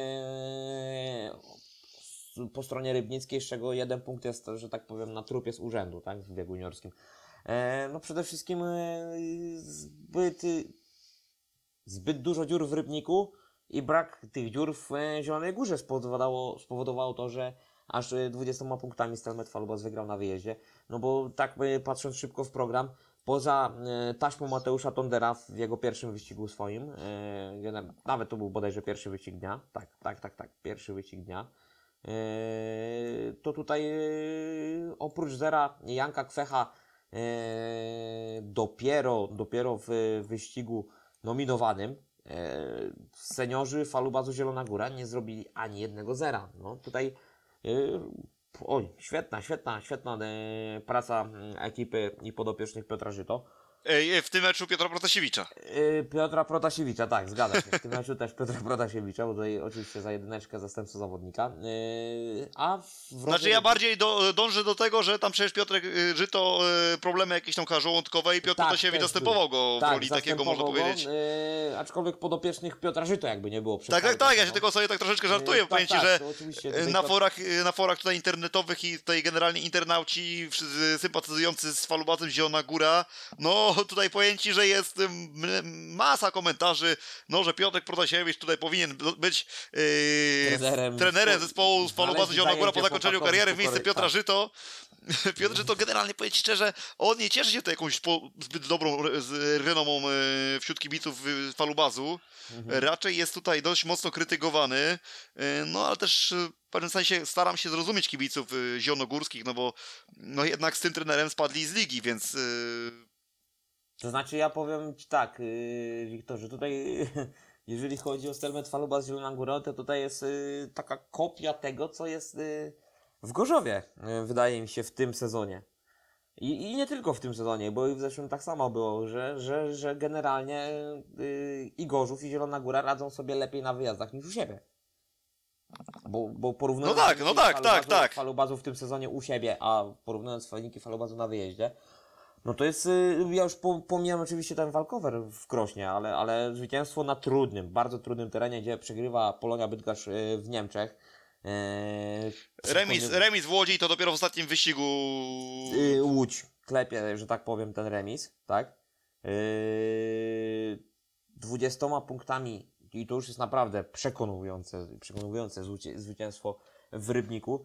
s- po stronie rybnickiej, z czego jeden punkt jest, że tak powiem, na trupie z urzędu, tak, w biegu juniorskim. E, no przede wszystkim e, zbyt, zbyt dużo dziur w Rybniku i brak tych dziur w e, Zielonej Górze spowodowało, spowodowało to, że aż e, dwudziestoma punktami Stelmet Falubas wygrał na wyjeździe. No bo tak e, patrząc szybko w program, poza e, taśmą Mateusza Tondera w jego pierwszym wyścigu swoim, e, gener- nawet to był bodajże pierwszy wyścig dnia, tak, tak, tak, tak, pierwszy wyścig dnia, e, to tutaj e, oprócz zera Janka Kwecha e, dopiero, dopiero w wyścigu nominowanym e, seniorzy Falubazu Zielona Góra nie zrobili ani jednego zera. No tutaj e, oj, świetna, świetna, świetna e, praca mm, ekipy i podopiecznych Piotra Żyto. Ej, w tym meczu Piotra Protasiewicza. Yy, Piotra Protasiewicza, tak, zgadza się. W tym meczu też Piotra Protasiewicza, bo tutaj oczywiście za jedyneczkę zastępca zawodnika. Yy, a w Znaczy ja bardziej do, dążę do tego, że tam przecież Piotrek y, Żyto y, problemy jakieś tam żołądkowe i Piotr Tak, Protasiewicz też zastępował go w tak, roli takiego, można zastępował powiedzieć. Go, yy, aczkolwiek podopiecznych Piotra Żyto jakby nie było przez Tak, cały tak, tak, czas, ja się no. tylko sobie tak troszeczkę żartuję, Yy, bo powiem ci, tak, że to oczywiście y, tutaj na Piotr- forach, y, na forach tutaj internetowych i tutaj generalnie internauci wszyscy sympatyzujący z Falubazem Zielona Góra, no tutaj powiem ci, że jest y, m- masa komentarzy, no, że Piotrek Protasiewicz tutaj powinien być yy, Trenerem trenerem zespo- zespołu z Falubazu należy Zielona Góra po zajęcie zakończeniu chłopakowi kariery w miejsce pokory- Piotra tak. Żyto. Piotr Żyto generalnie, powiem ci szczerze, on nie cieszy się tutaj jakąś po, zbyt dobrą re, z renomą e, wśród kibiców e, Falubazu. Mhm. Raczej jest tutaj dość mocno krytykowany, e, no ale też e, w pewnym sensie staram się zrozumieć kibiców e, zielonogórskich, no bo no jednak z tym trenerem spadli z ligi, więc e, To znaczy ja powiem Ci tak, yy, Wiktorze, tutaj jeżeli chodzi o Stelmet Falubaz Zielona Góra, to tutaj jest yy, taka kopia tego, co jest yy, w Gorzowie, yy, wydaje mi się, w tym sezonie. I, I nie tylko w tym sezonie, bo i w zeszłym tak samo było, że, że, że generalnie yy, i Gorzów, i Zielona Góra radzą sobie lepiej na wyjazdach niż u siebie. Bo, bo porównując No tak, no wyniki tak, tak, Falubazu- tak. Falubazu w tym sezonie u siebie, a porównując wyniki Falubazu na wyjeździe, no to jest, y, ja już po, pomijam oczywiście ten walkover w Krośnie, ale, ale zwycięstwo na trudnym, bardzo trudnym terenie, gdzie przegrywa Polonia Bydgoszcz y, w Niemczech. Y, remis, przekony- remis w Łodzi to dopiero w ostatnim wyścigu. y, Łódź klepie, że tak powiem, ten remis, tak? Y, dwudziestoma punktami, i to już jest naprawdę przekonujące, przekonujące zwycię- zwycięstwo w Rybniku.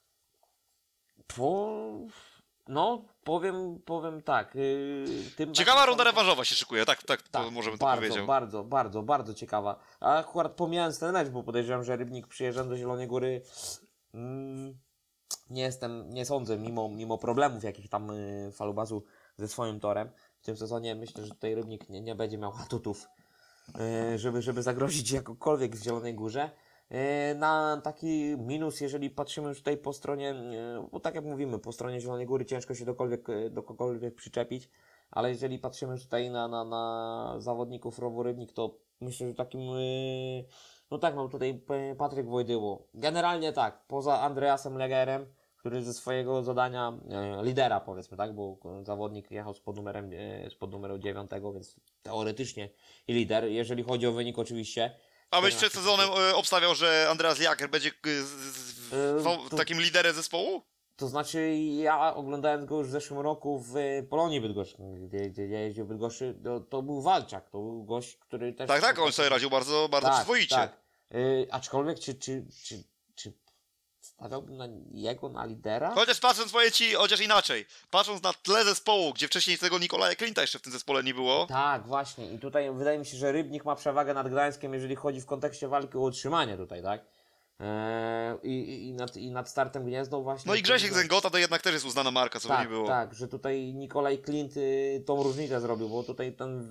Po... No, powiem, powiem tak. Yy, tym Ciekawa takim runda samym- rewanżowa się szykuje, tak, tak, to Tak, możemy to bardzo, powiedzieć. bardzo, bardzo, bardzo ciekawa. A akurat pomijając ten mecz, bo podejrzewam, że Rybnik przyjeżdżając do Zielonej Góry mm, nie jestem, nie sądzę, mimo, mimo problemów jakich tam y, Falubazu ze swoim torem w tym sezonie, myślę, że tutaj Rybnik nie, nie będzie miał atutów, y, żeby, żeby zagrozić jakokolwiek w Zielonej Górze. Y, Na taki minus, jeżeli patrzymy już tutaj po stronie, y, bo tak jak mówimy, po stronie Zielonej Góry ciężko się dokolwiek, y, do kogokolwiek przyczepić, ale jeżeli patrzymy tutaj na, na, na zawodników Rowu Rybnik, to myślę, że takim, yy, no tak, no tutaj P- Patryk Wojdyło. Generalnie tak, poza Andreasem Legerem, który ze swojego zadania, yy, lidera powiedzmy, tak, bo zawodnik jechał z pod numerem, yy, z pod numerem dziewiątego, więc teoretycznie i lider, jeżeli chodzi o wynik oczywiście. A byś przed czternaście sezonem e, obstawiał, że Andreas Jager będzie e, z, z, E, w, to- takim liderem zespołu? To znaczy, ja oglądając go już w zeszłym roku w y, Polonii Bydgoszcz, gdzie, gdzie ja jeździł w Bydgoszczy, to, to był walczak, to był gość, który też... Tak, tak, on sobie radził bardzo, bardzo tak, przyzwoicie. tak. Y, aczkolwiek, czy, czy, czy, czy stawiałbym na jego na lidera? Chociaż patrząc, powiem ci, chociaż inaczej, patrząc na tle zespołu, gdzie wcześniej tego Nikolaja Klinta jeszcze w tym zespole nie było, Tak, właśnie. I tutaj wydaje mi się, że Rybnik ma przewagę nad Gdańskiem, jeżeli chodzi w kontekście walki o utrzymanie tutaj, tak? Eee, i, i, i, nad, I nad startem Gniezno właśnie... no i Grzesiek że- Zęgota to jednak też jest uznana marka, co by Tak, nie było. tak, że tutaj Nikolaj Klint y, tą różnicę zrobił, bo tutaj ten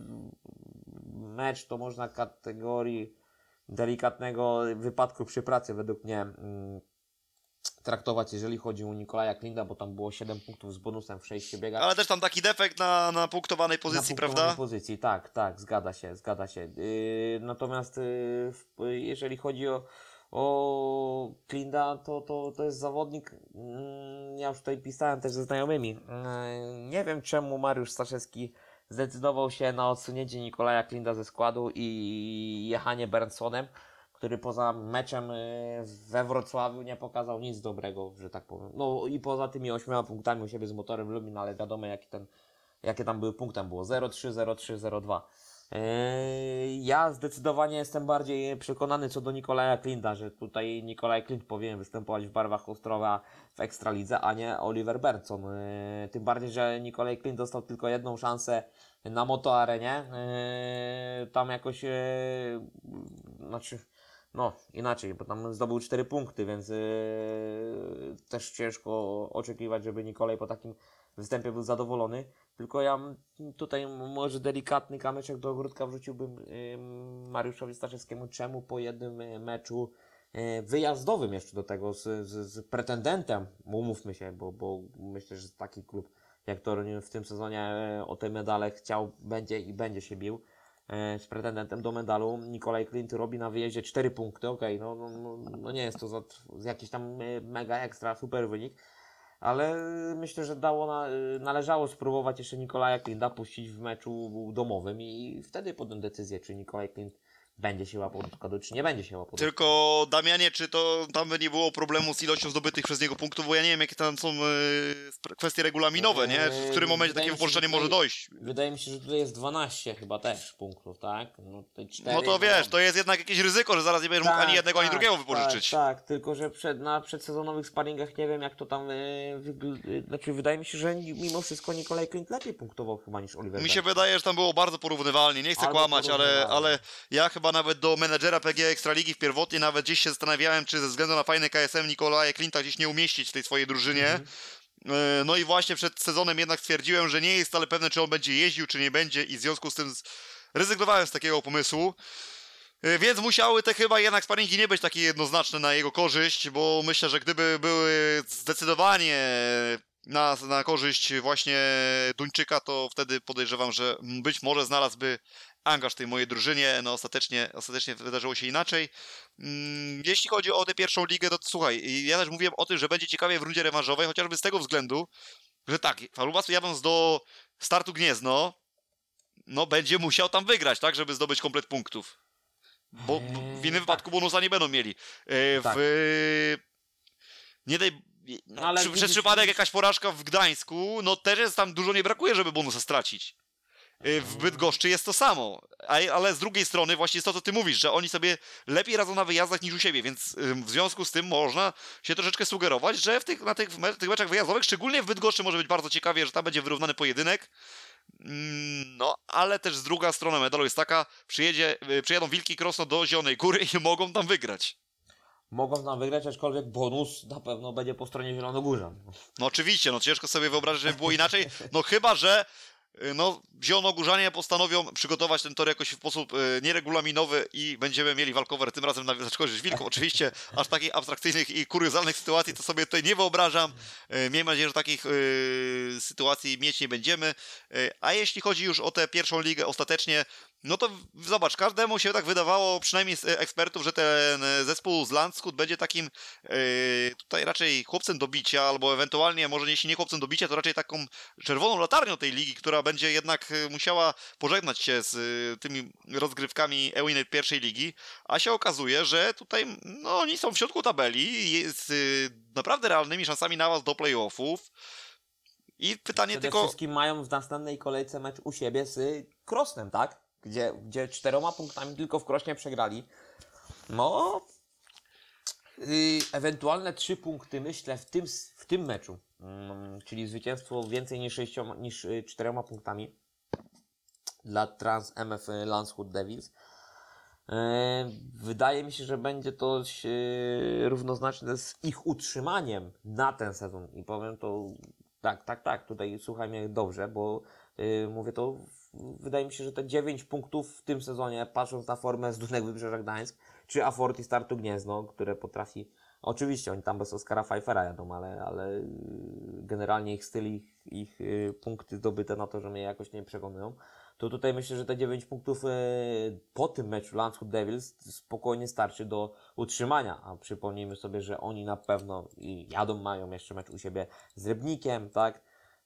mecz to można kategorii delikatnego wypadku przy pracy według mnie mm, traktować, jeżeli chodzi o Nikolaja Klinda, bo tam było siedem punktów z bonusem w sześciu biegach. Ale też tam taki defekt na, na punktowanej Na pozycji, punktowanej prawda? pozycji, tak, tak, zgadza się, zgadza się. Yy, natomiast yy, w- jeżeli chodzi o, o Klinda, to, to, to jest zawodnik, mm, ja już tutaj pisałem też ze znajomymi, yy, nie wiem czemu Mariusz Staszewski zdecydował się na odsunięcie Nikolaja Klinda ze składu i jechanie Bernsonem, który poza meczem yy, we Wrocławiu nie pokazał nic dobrego, że tak powiem. No i poza tymi ośmioma punktami u siebie z Motorem Lublin, ale wiadomo jaki ten jakie tam były punkty, tam było zero trzy, zero trzy, zero dwa. Yy, ja zdecydowanie jestem bardziej przekonany co do Nikolaja Klinda, że tutaj Nikolaj Klint powinien występować w barwach Ostrowa w Ekstralidze, a nie Oliver Bernson. Yy, tym bardziej, że Nikolaj Klint dostał tylko jedną szansę na Moto Arenie. Yy, tam jakoś, yy, znaczy, no inaczej, bo tam zdobył cztery punkty, więc yy, też ciężko oczekiwać, żeby Nikolaj po takim występie był zadowolony. Tylko ja m- tutaj m- może delikatny kamyczek do ogródka wrzuciłbym ym, Mariuszowi Staszewskiemu. Czemu po jednym y, meczu y, wyjazdowym jeszcze do tego z, z, z pretendentem, umówmy się, bo, bo myślę, że taki klub jak Toruń w tym sezonie y, o te medale chciał, będzie i będzie się bił y, z pretendentem do medalu. Nikolaj Klint robi na wyjeździe cztery punkty, okej, no, no, no, no nie jest to za, jakiś tam y, mega ekstra super wynik, ale myślę, że dało na, należało spróbować jeszcze Nikolaja Klinta puścić w meczu domowym i wtedy podjąć decyzję, czy Nikolaj Klint będzie się łapał do składu, czy nie będzie się łapał do składu. Tylko Damianie, czy to tam by nie było problemu z ilością zdobytych przez niego punktów, bo ja nie wiem, jakie tam są e, sp- kwestie regulaminowe, nie? W którym momencie Wydaje takie mi się, wypożyczenie że może tutaj- dojść. Wydaje mi się, że tutaj jest dwanaście chyba też punktów, tak? No, tutaj cztery, No to wiesz, to jest jednak jakieś ryzyko, że zaraz nie będziesz mógł ani jednego, ani drugiego wypożyczyć. Tak, tak, tylko że przed, na przedsezonowych sparingach nie wiem jak to tam yy, wygl- znaczy wydaje mi się, że ni- mimo wszystko Nikolaj Klint lepiej punktował chyba niż Oliver Mi się Berg. wydaje, że tam było bardzo porównywalnie, nie chcę Albo kłamać, ale, porównywalnie. ale ja chyba nawet do menedżera P G Ekstraligi w pierwotnie nawet gdzieś się zastanawiałem, czy ze względu na fajny K S M Nikolaja Klinta gdzieś nie umieścić w tej swojej drużynie. Mhm. E, No i właśnie przed sezonem jednak stwierdziłem, że nie jest wcale pewne, czy on będzie jeździł, czy nie będzie i w związku z tym z- rezygnowałem z takiego pomysłu. E, Więc musiały te chyba jednak sparingi nie być takie jednoznaczne na jego korzyść, bo myślę, że gdyby były zdecydowanie na, na korzyść właśnie Duńczyka, to wtedy podejrzewam, że być może znalazłby angaż w tej mojej drużynie. No ostatecznie, ostatecznie wydarzyło się inaczej. Mm, Jeśli chodzi o tę pierwszą ligę, to słuchaj, ja też mówiłem o tym, że będzie ciekawie w rundzie rewanżowej, chociażby z tego względu, że tak, Falubas jadąc do startu Gniezno, no będzie musiał tam wygrać, tak, żeby zdobyć komplet punktów. Bo w innym Eee, wypadku bonusa nie będą mieli. E, Tak. W... Nie daj... No, ale przy, widzisz- przez przypadek jakaś porażka w Gdańsku, no też jest tam dużo nie brakuje, żeby bonusa stracić. E, W Bydgoszczy jest to samo. A- Ale z drugiej strony właśnie jest to, co ty mówisz, że oni sobie lepiej radzą na wyjazdach niż u siebie, więc ym, w związku z tym można się troszeczkę sugerować, że w tych, na tych, me- tych meczach wyjazdowych, szczególnie w Bydgoszczy może być bardzo ciekawie, że tam będzie wyrównany pojedynek. Mm, No, ale też z druga strona medalu jest taka, przyjedzie, y, przyjadą Wilki Krosno do Zielonej Góry i mogą tam wygrać. Mogą tam wygrać, aczkolwiek bonus na pewno będzie po stronie Zielonogórzan. No oczywiście, no ciężko sobie wyobrazić, żeby było inaczej, no chyba, że y, no, Zielonogórzanie postanowią przygotować ten tor jakoś w sposób y, nieregulaminowy i będziemy mieli walkover tym razem na korzyść Wilków. Oczywiście aż takich abstrakcyjnych i kuriozalnych sytuacji to sobie tutaj nie wyobrażam. Y, Miejmy nadzieję, że takich y, sytuacji mieć nie będziemy. Y, A jeśli chodzi już o tę pierwszą ligę ostatecznie, no to w- zobacz, każdemu się tak wydawało, przynajmniej z e, ekspertów, że ten e, zespół z Landshut będzie takim e, tutaj raczej chłopcem do bicia, albo ewentualnie, może jeśli nie chłopcem do bicia, to raczej taką czerwoną latarnią tej ligi, która będzie jednak e, musiała pożegnać się z e, tymi rozgrywkami Ewiny pierwszej ligi, a się okazuje, że tutaj no, oni są w środku tabeli z e, naprawdę realnymi szansami na was do playoffów. I pytanie Przede tylko... wszystkim mają w następnej kolejce mecz u siebie z Krosnem, tak? Gdzie, gdzie czteroma punktami tylko w Krośnie przegrali. No, yy, ewentualne trzy punkty myślę w tym, s- w tym meczu, mm, czyli zwycięstwo więcej niż, sześcioma, niż y, czterema punktami dla Trans M F Landshut Devils. Yy, Wydaje mi się, że będzie to yy, równoznaczne z ich utrzymaniem na ten sezon. I powiem to tak, tak, tak, tutaj słuchaj mnie dobrze, bo yy, mówię to, w- wydaje mi się, że te dziewięć punktów w tym sezonie, patrząc na formę z Dunek Wybrzeża Gdańsk, czy Aforti Startu Gniezno, które potrafi, oczywiście oni tam bez Oskara Pfeiffera jadą, ale, ale yy, generalnie ich styl, ich, ich yy, punkty zdobyte na to, że mnie jakoś nie przekonują, to tutaj myślę, że te dziewięć punktów e, po tym meczu Landshut Devils spokojnie starczy do utrzymania. A przypomnijmy sobie, że oni na pewno i jadą, mają jeszcze mecz u siebie z Rybnikiem, tak?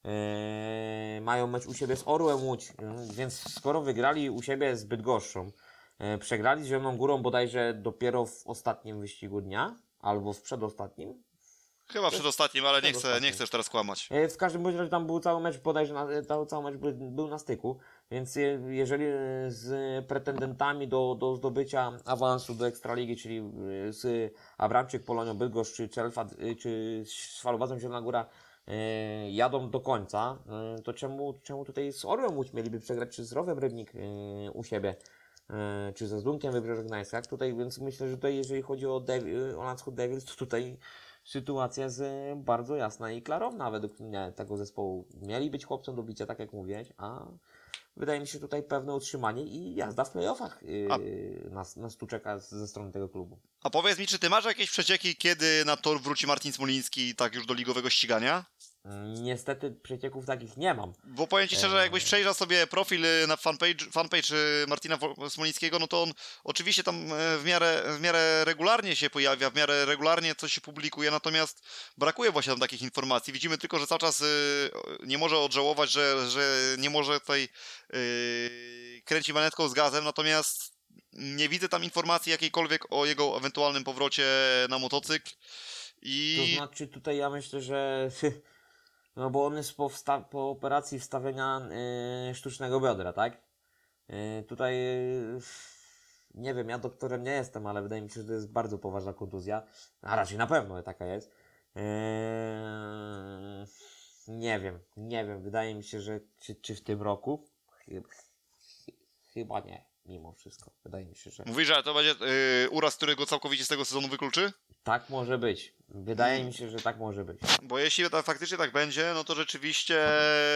E, mają mecz u siebie z Orłem Łódź, e, więc skoro wygrali u siebie z Bydgoszczą, e, przegrali z Zieloną Górą bodajże dopiero w ostatnim wyścigu dnia, albo w przedostatnim, Chyba przedostatnim, ale nie chcę, Przedostatnim. nie chcę już teraz kłamać. E, W każdym bądź razie tam był cały mecz, bodajże na, cały, cały mecz był, był na styku, więc je, jeżeli e, z pretendentami do, do zdobycia awansu do Ekstraligi, czyli e, z Abramczyk, Polonią Bydgoszcz, czy Czelfat, e, czy z Falubazem Zielona Góra e, jadą do końca, e, to czemu, czemu tutaj z Orłem Łódź mieliby przegrać, czy z Rowem Rybnik e, u siebie, e, czy ze Zdunkiem Wybrzeże Gdańska, tutaj, więc myślę, że tutaj jeżeli chodzi o, Devi, o Landshut Devils, to tutaj sytuacja jest y, bardzo jasna i klarowna według mnie tego zespołu. Mieli być chłopcem do bicia, tak jak mówiłeś, a wydaje mi się tutaj pewne utrzymanie i jazda w playoffach A- yy, nas, nas tu czeka z- ze strony tego klubu. A powiedz mi, czy ty masz jakieś przecieki, kiedy na tor wróci Marcin Smoliński tak już do ligowego ścigania? Niestety przecieków takich nie mam. Bo powiem ci szczerze, Eee. jakbyś przejrzał sobie profil y, na fanpage, fanpage y, Martina Wo- Smolińskiego, no to on oczywiście tam e, w miarę, w miarę regularnie się pojawia, w miarę regularnie coś się publikuje, natomiast brakuje właśnie tam takich informacji. Widzimy tylko, że cały czas y, nie może odżałować, że, że nie może tutaj y, kręci manetką z gazem, natomiast nie widzę tam informacji jakiejkolwiek o jego ewentualnym powrocie na motocykl. I To znaczy tutaj ja myślę, że no bo on jest po, wsta- po operacji wstawienia yy, sztucznego biodra, tak? Yy, tutaj yy, nie wiem, ja doktorem nie jestem, ale wydaje mi się, że to jest bardzo poważna kontuzja, a raczej na pewno taka jest. Yy, nie wiem, nie wiem, wydaje mi się, że czy, czy w tym roku? Chy- chy- Chyba nie, mimo wszystko. Wydaje mi się, że mówisz, że to będzie y, uraz, który go całkowicie z tego sezonu wykluczy? tak może być. Wydaje mi się, że tak może być. Bo jeśli to faktycznie tak będzie, no to rzeczywiście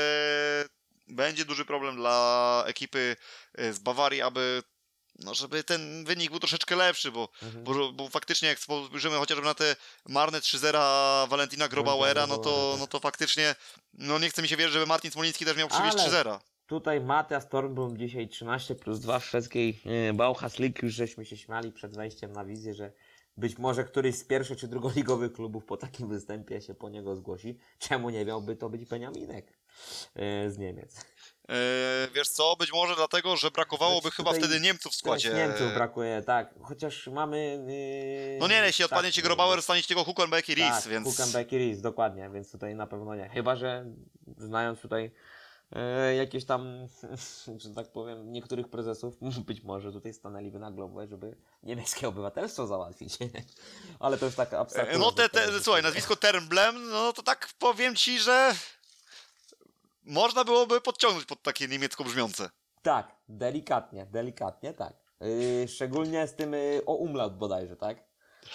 będzie duży problem dla ekipy y, z Bawarii, aby no, żeby ten wynik był troszeczkę lepszy, bo, Mhm. bo, bo faktycznie jak spojrzymy chociażby na te marne trzy zero Valentina Grobauera, no to, Grobauera, no to faktycznie no nie chce mi się wierzyć, żeby Martin Smoliński też miał przywieźć Ale- trzy zero. Tutaj Matias Tornblom dzisiaj trzynaście plus dwa w szwedzkiej yy, Bauhaus League. Już żeśmy się śmiali przed wejściem na wizję, że być może któryś z pierwszych czy drugoligowych klubów po takim występie się po niego zgłosi. Czemu nie miałby to być Beniaminek yy, z Niemiec? Yy, wiesz co, być może dlatego, że brakowałoby Znaczy, chyba tutaj wtedy Niemców w Też składzie. Niemców brakuje, tak. Chociaż mamy... Yy, No nie, jeśli tak, odpadnie ci Grobauer, stanie tego Huckenbeck i Ries, tak, więc... Huckenbeck i Ries, dokładnie, więc tutaj na pewno nie. Chyba że znając tutaj e, jakieś tam, że tak powiem, niektórych prezesów, być może tutaj stanęliby na głowie, żeby niemieckie obywatelstwo załatwić. Ale to już tak abstrahując. No te, od tego, te, że- słuchaj, nazwisko Ternblem, no to tak powiem ci, że można byłoby podciągnąć pod takie niemiecko brzmiące. Tak, delikatnie, delikatnie, tak. Yy, szczególnie z tym yy, o umlaut bodajże, tak?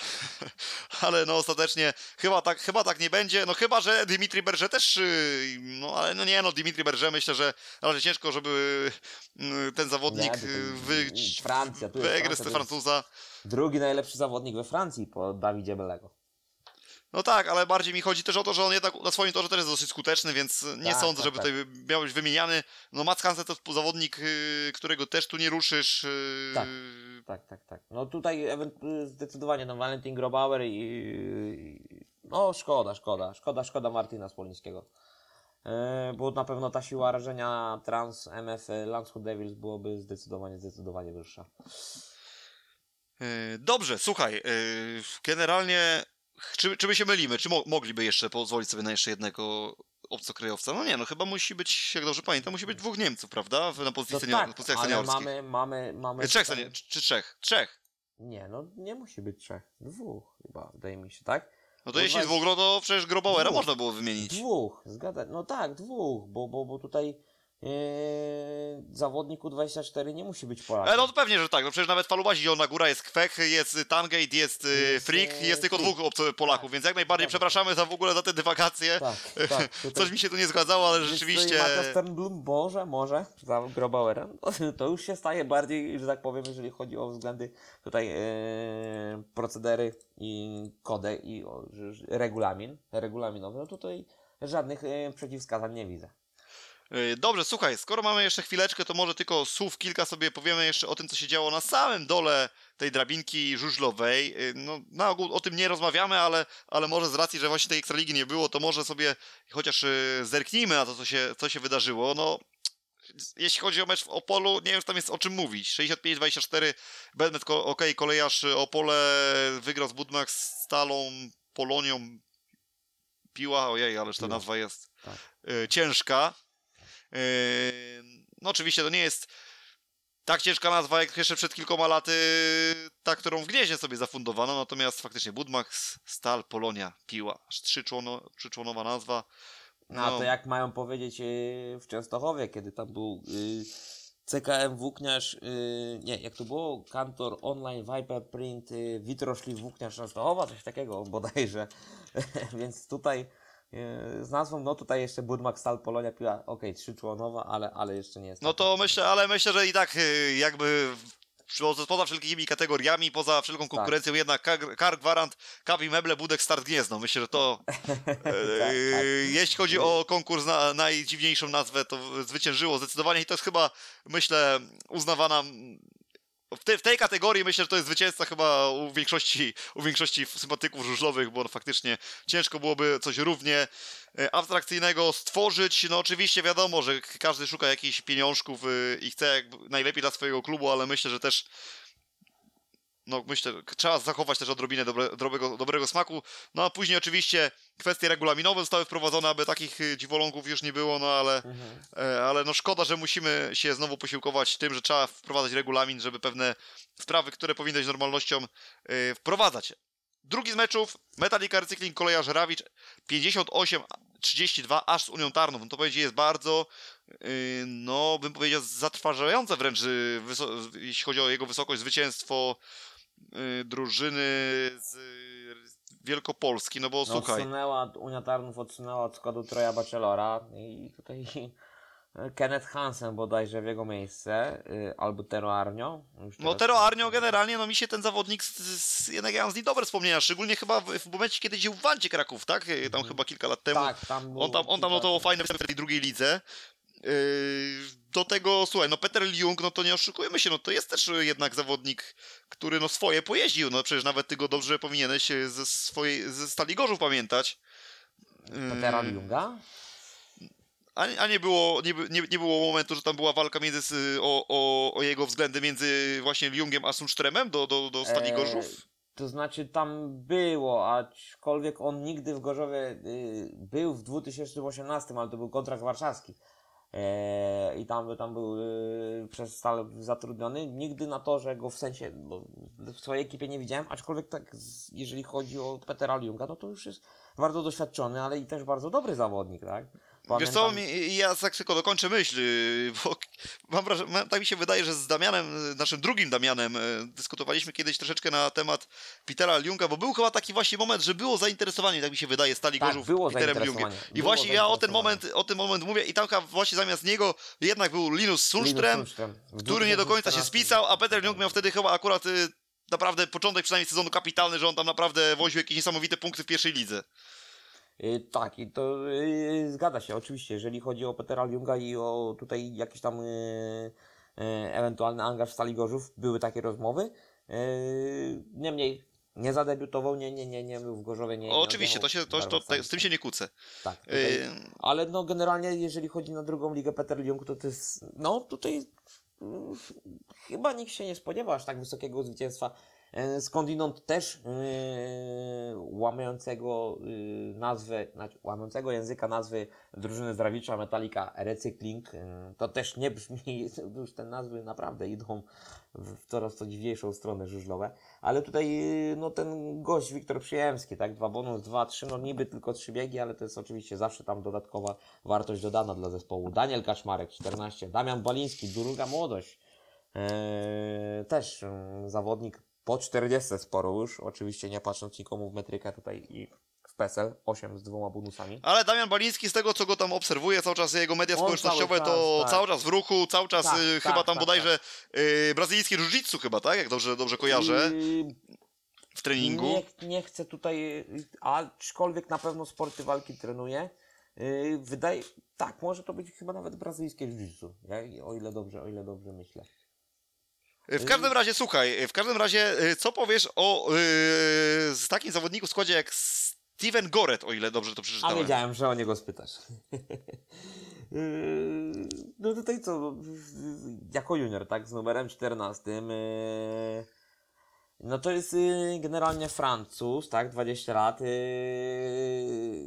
Ale no ostatecznie chyba tak, chyba tak nie będzie, no chyba, że Dimitri Berger też, yy, no ale no nie no, Dimitri Berger myślę, że raczej ciężko, żeby yy, ten zawodnik Nie, to- yy, wy, Francja, tu jest wygryzł Francja, te to jest- Francuza. Drugi najlepszy zawodnik we Francji po Dawidzie Belego. No tak, ale bardziej mi chodzi też o to, że on jednak na swoim torze też jest dosyć skuteczny, więc nie Tak, sądzę, tak, żeby tak. tutaj miał być wymieniany. No Mats Hansen to jest zawodnik, yy, którego też tu nie ruszysz. Yy, Tak. Tak, tak, tak. No tutaj ewen- zdecydowanie no Valentin Grobauer i, i no szkoda, szkoda, szkoda, szkoda Martina Smolińskiego. E, bo na pewno ta siła rażenia Trans M F Landshut Devils byłoby zdecydowanie, zdecydowanie wyższa. Yy, dobrze, słuchaj, yy, generalnie czy, czy my się mylimy? Czy mo- mogliby jeszcze pozwolić sobie na jeszcze jednego obcokrajowca? No nie, no chyba musi być, jak dobrze pamiętam, musi być dwóch Niemców, prawda? W- Na pozycji To senior, tak, na pozycjach ale seniorskich. mamy, mamy, mamy... Yy, Trzech tutaj- senior, czy, czy trzech? Trzech. Nie, no nie musi być trzech. Dwóch chyba, wydaje mi się, tak? No to No jeśli dwa- dwóch, no to przecież Grobauera Dwóch. można było wymienić. Dwóch, zgadza. No tak, dwóch, bo, bo, bo tutaj yy, zawodnik U dwadzieścia cztery nie musi być Polakiem. E, no to pewnie, że tak. No przecież nawet Falubazi, on na góra jest Kwech, jest Tangate, jest y, Jest, Frick, e, jest tylko Frick. dwóch obco- Polaków, Tak. więc jak najbardziej Zgadza się. przepraszamy za w ogóle za te dywagacje. Tak, tak. Tutaj- Coś mi się tu nie zgadzało, ale Więc rzeczywiście... tutaj Matias Sternblum może, może za Grobauera. No, to już się staje bardziej, że tak powiem, jeżeli chodzi o względy tutaj e, procedery i kodę i o, że- że regulamin, regulaminowy, no tutaj żadnych e, przeciwwskazań nie widzę. Y, Dobrze, słuchaj, skoro mamy jeszcze chwileczkę, to może tylko słów kilka sobie powiemy jeszcze o tym, co się działo na samym dole tej drabinki żużlowej. Y, No, na ogół o tym nie rozmawiamy, ale, ale może z racji, że właśnie tej Ekstraligi nie było, to może sobie chociaż y, zerknijmy na to, co się, co się wydarzyło. No, jeśli chodzi o mecz w Opolu, nie wiem, czy tam jest o czym mówić. sześćdziesiąt pięć dwadzieścia cztery, Belmet, ko- okej, okay, kolejarz Opole wygrał z Budmax, Stalą, Polonią, Piła, ojej, ależ ta Piła. nazwa jest Tak. y, ciężka. Yy, no oczywiście to nie jest tak ciężka nazwa jak jeszcze przed kilkoma laty ta, którą w Gnieźnie sobie zafundowano, natomiast faktycznie Budmax, Stal, Polonia, Piła, aż trzyczłono, trzyczłonowa nazwa. No, a to jak mają powiedzieć yy, w Częstochowie, kiedy tam był yy, C K M Włókniarz, yy, nie, jak to było? Kantor Online, Viper Print, yy, Witroszli Włókniarz Częstochowa, coś takiego bodajże. Więc tutaj yy, z nazwą, no tutaj jeszcze Budmak Stal Polonia piła, okej, trzyczłonowa, ale, ale jeszcze nie jest No taka. to myślę, ale myślę, że i tak y, jakby poza, poza wszelkimi kategoriami, poza wszelką konkurencją, jednak Kar, Kar Gwarant, Kawi Meble, Budek, Start Gniezno. Myślę, że to Tak, tak. Yy, jeśli chodzi o konkurs na najdziwniejszą nazwę, to zwyciężyło zdecydowanie i to jest chyba, myślę, uznawana w, te, w tej kategorii. Myślę, że to jest zwycięzca chyba u większości, u większości sympatyków żużlowych, bo faktycznie ciężko byłoby coś równie e, abstrakcyjnego stworzyć. No oczywiście wiadomo, że każdy szuka jakichś pieniążków y, i chce jakby najlepiej dla swojego klubu, ale myślę, że też no myślę, trzeba zachować też odrobinę dobre, dobrego, dobrego smaku. No a później oczywiście kwestie regulaminowe zostały wprowadzone, aby takich y, dziwolągów już nie było, no ale, Mhm. e, ale no szkoda, że musimy się znowu posiłkować tym, że trzeba wprowadzać regulamin, żeby pewne sprawy, które powinny być normalnością, y, wprowadzać. Drugi z meczów, Metalika Recykling Kolejarz Rawicz, pięćdziesiąt osiem trzydzieści dwa, aż z Unią Tarnów. No to powiedzieć jest bardzo, yy, no bym powiedział, zatrważające wręcz, yy, wyso- jeśli chodzi o jego wysokość, zwycięstwo yy, drużyny z yy, Wielkopolski, no bo No, słuchaj, odsunęła, Unia Tarnów odsunęła od składu Troja Bachelora i tutaj Kenneth Hansen bodajże w jego miejsce, y, albo Tero Arnio. Już no teraz- Tero Arnio generalnie, no mi się ten zawodnik, z, z, jednak ja mam z nim dobre wspomnienia, szczególnie chyba w, w momencie, kiedy jeździł w Wancie Kraków, tak? Yy, Tam chyba kilka lat temu. Tak, tam był On tam, on tam notował fajne występy w tej drugiej lidze. Yy, do tego, słuchaj, no Peter Ljung, no to nie oszukujmy się, no to jest też jednak zawodnik, który no swoje pojeździł, no przecież nawet ty go dobrze powinieneś ze swojej, ze Stali Gorzów pamiętać. Petera Yy, Ljunga. a, a nie było, nie, by- nie, nie było momentu, że tam była walka między, s- o, o, o jego względy między właśnie Ljungiem a Sundströmem do, do, do Stali Eee, Gorzów? To znaczy tam było, aczkolwiek on nigdy w Gorzowie y, był w dwa tysiące osiemnastym, ale to był kontrakt warszawski. Eee, I tam, tam był y, przez stale zatrudniony. Nigdy na torze go w sensie, bo w swojej ekipie nie widziałem, aczkolwiek tak, z, jeżeli chodzi o Petera Ljunga, no to już jest bardzo doświadczony, ale i też bardzo dobry zawodnik, tak? Wiesz co, Pamiętam- mi- ja tak tylko dokończę myśl, yy, bo mam wrażenie, mam- tak mi się wydaje, że z Damianem, yy, naszym drugim Damianem, yy, dyskutowaliśmy kiedyś troszeczkę na temat Petera Ljunga, bo był chyba taki właśnie moment, że było zainteresowanie, tak mi się wydaje, Stali Tak, Gorzów było Peterem Ljungiem. zainteresowanie. I Było właśnie ja o ten zainteresowanie. moment, o ten moment mówię i tam chyba właśnie zamiast niego jednak był Linus Sundström, Linus Sundström. W który nie do końca się dwa tysiące spisał, a Peter Ljung czternastym. miał wtedy chyba akurat yy, naprawdę początek przynajmniej sezonu kapitalny, że on tam naprawdę woził jakieś niesamowite punkty w pierwszej lidze. Y, Tak, i to y, zgadza się, oczywiście, jeżeli chodzi o Petera Ljunga i o tutaj jakiś tam y, y, ewentualny angaż w Stali Gorzów, były takie rozmowy. Y, niemniej nie zadebiutował, nie, nie, nie, nie był w Gorzowie, nie. O, nie oczywiście, to się, to, to, odjechał to, z tym się nie kłócę. Tak, tutaj, Yy, ale no generalnie jeżeli chodzi na drugą ligę Peter Ljung, to to jest, no tutaj mm, chyba nikt się nie spodziewa aż tak wysokiego zwycięstwa. E, Skądinąd też yy, łamiącego yy, nazwę, znaczy, łamiącego języka nazwy drużyny z Rawicza Metalika Recykling, yy, to też nie brzmi, już te nazwy naprawdę idą w, w coraz to dziwniejszą stronę żużlowe, ale tutaj yy, no ten gość Wiktor Przyjemski, tak, dwa bonus, dwa, trzy, no niby tylko trzy biegi, ale to jest oczywiście zawsze tam dodatkowa wartość dodana dla zespołu. Daniel Kaczmarek, czternaście, Damian Baliński, druga młodość, yy, też yy, zawodnik po czterdzieści sporo już, oczywiście nie patrząc nikomu w metrykę tutaj i w P E S L, osiem z dwoma bonusami. Ale Damian Baliński, z tego co go tam obserwuję, cały czas jego media On społecznościowe, cały to czas, tak. cały czas w ruchu, cały czas Tak, y, tak, chyba tam tak, bodajże y, brazylijskie jiu-jitsu chyba, tak? Jak dobrze, dobrze kojarzę, Yy, w treningu. Nie, nie chcę tutaj, yy, aczkolwiek na pewno sporty walki trenuje. Yy, wydaje, tak, może to być chyba nawet brazylijskie jiu-jitsu, ja, o ile dobrze, o ile dobrze myślę. Y, W każdym razie, słuchaj, y, w każdym razie, y, co powiesz o y, z takim zawodniku w składzie jak Steven Goret, o ile dobrze to A przeczytałem. wiedziałem, że o niego spytasz. Yy, no tutaj co, jako junior, tak, z numerem czternastym, yy, no to jest yy, generalnie Francuz, tak, dwadzieścia lat. Yy,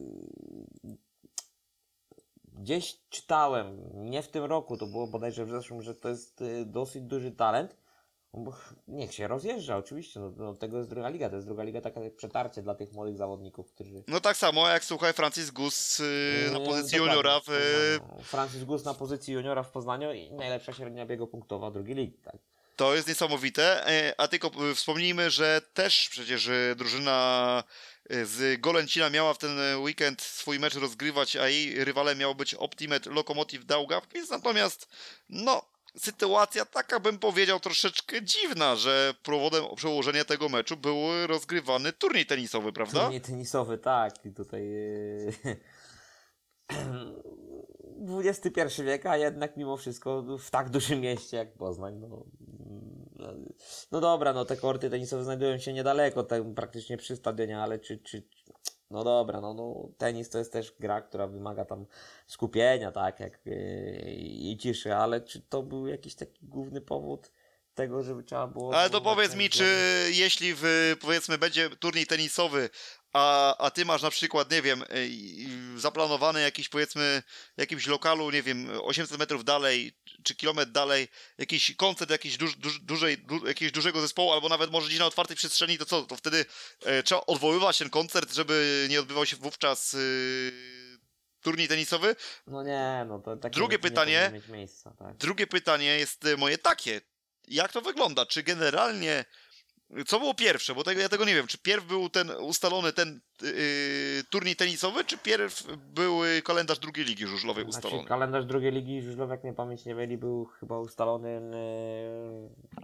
gdzieś czytałem, nie w tym roku, to było bodajże w zeszłym, że to jest yy, dosyć duży talent. Bo niech się rozjeżdża, oczywiście, no, no tego jest druga liga, to jest druga liga, taka jak przetarcie dla tych młodych zawodników, którzy... No tak samo jak, słuchaj, Francis Gus yy, na Yy, pozycji dokładnie, juniora w w... Yy, Poznaniu. Francis Gus na pozycji juniora w Poznaniu i najlepsza średnia biegu punktowa drugiej ligi, tak. To jest niesamowite, e, a tylko e, wspomnijmy, że też przecież e, drużyna e, z Golęcina miała w ten e, weekend swój mecz rozgrywać, a jej rywalem miał być Optimet Lokomotiv Daugavpils, natomiast no, sytuacja taka bym powiedział troszeczkę dziwna, że powodem przełożenia tego meczu był rozgrywany turniej tenisowy, prawda? Turniej tenisowy, tak, i tutaj... Yy... dwudziesty pierwszy wiek, a jednak mimo wszystko w tak dużym mieście jak Poznań, no, no, no dobra, no te korty tenisowe znajdują się niedaleko, tak praktycznie przy stadionie, ale czy, czy, no dobra, no, no tenis to jest też gra, która wymaga tam skupienia, tak, jak yy, i ciszy, ale czy to był jakiś taki główny powód tego, żeby trzeba było... Ale to było powiedz ten mi, czy związek? jeśli w, powiedzmy będzie turniej tenisowy, a, a ty masz na przykład, nie wiem, ej, zaplanowany jakiś, powiedzmy, w jakimś lokalu, nie wiem, osiemset metrów dalej, czy kilometr dalej, jakiś koncert jakiś duż, duż, dużej, du, jakiegoś dużego zespołu, albo nawet może gdzieś na otwartej przestrzeni, to co, to wtedy e, trzeba odwoływać ten koncert, żeby nie odbywał się wówczas e, turniej tenisowy? No nie, no to takie Drugie rzeczy nie pytanie, powinny mieć miejsca, tak. drugie pytanie jest e, moje takie. Jak to wygląda? Czy generalnie co było pierwsze? Bo tego, ja tego nie wiem. Czy pierw był ten ustalony ten yy, turniej tenisowy, czy pierw był kalendarz drugiej ligi żużlowej Znaczy, ustalony? kalendarz drugiej ligi żużlowej, jak mnie pamięć nie myli, był chyba ustalony yy,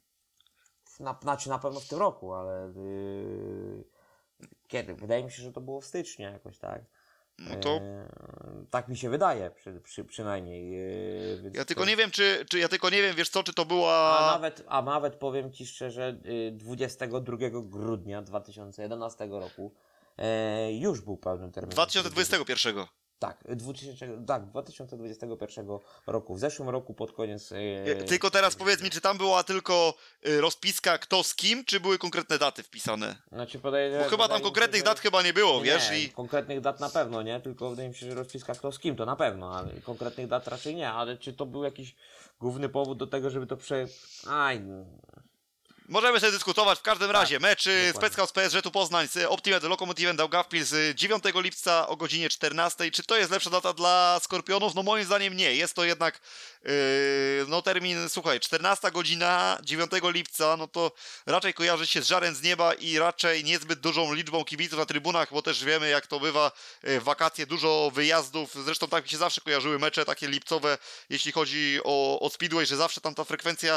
na, znaczy na pewno w tym roku, ale yy, kiedy? Wydaje mi się, że to było w styczniu jakoś, tak. No to Yy, tak mi się wydaje, przy, przy, przynajmniej. Yy, więc ja tylko to... nie wiem, czy, czy ja tylko nie wiem, wiesz co, czy to A była... nawet, a nawet powiem Ci szczerze, yy, dwudziestego drugiego grudnia dwa tysiące jedenastego roku yy, już był pełnym terminem. dwa tysiące dwudziestego pierwszego. Tak, dwutysięcznego, tak, dwa tysiące dwudziestego pierwszego roku. W zeszłym roku pod koniec... Yy, Tylko teraz powiedz mi, czy tam była tylko yy, rozpiska kto z kim, czy były konkretne daty wpisane? Znaczy podaję, Bo chyba tam konkretnych dat chyba nie było, nie, wiesz? nie, I... konkretnych dat na pewno, nie? Tylko wydaje mi się, że rozpiska kto z kim, to na pewno, ale konkretnych dat raczej nie. Ale czy to był jakiś główny powód do tego, żeby to prze... Aj, Możemy sobie dyskutować. W każdym razie mecz dokładnie. Spechouse P S Ż tu Poznań z Optimet Lokomotivem Daugavpils z dziewiątego lipca o godzinie czternastej. Czy to jest lepsza data dla Skorpionów? No moim zdaniem nie. Jest to jednak yy, no termin, słuchaj, czternasta godzina dziewiątego lipca, no to raczej kojarzy się z żarem z nieba i raczej niezbyt dużą liczbą kibiców na trybunach, bo też wiemy jak to bywa w wakacje, dużo wyjazdów. Zresztą tak mi się zawsze kojarzyły mecze takie lipcowe, jeśli chodzi o, o Speedway, że zawsze tam ta frekwencja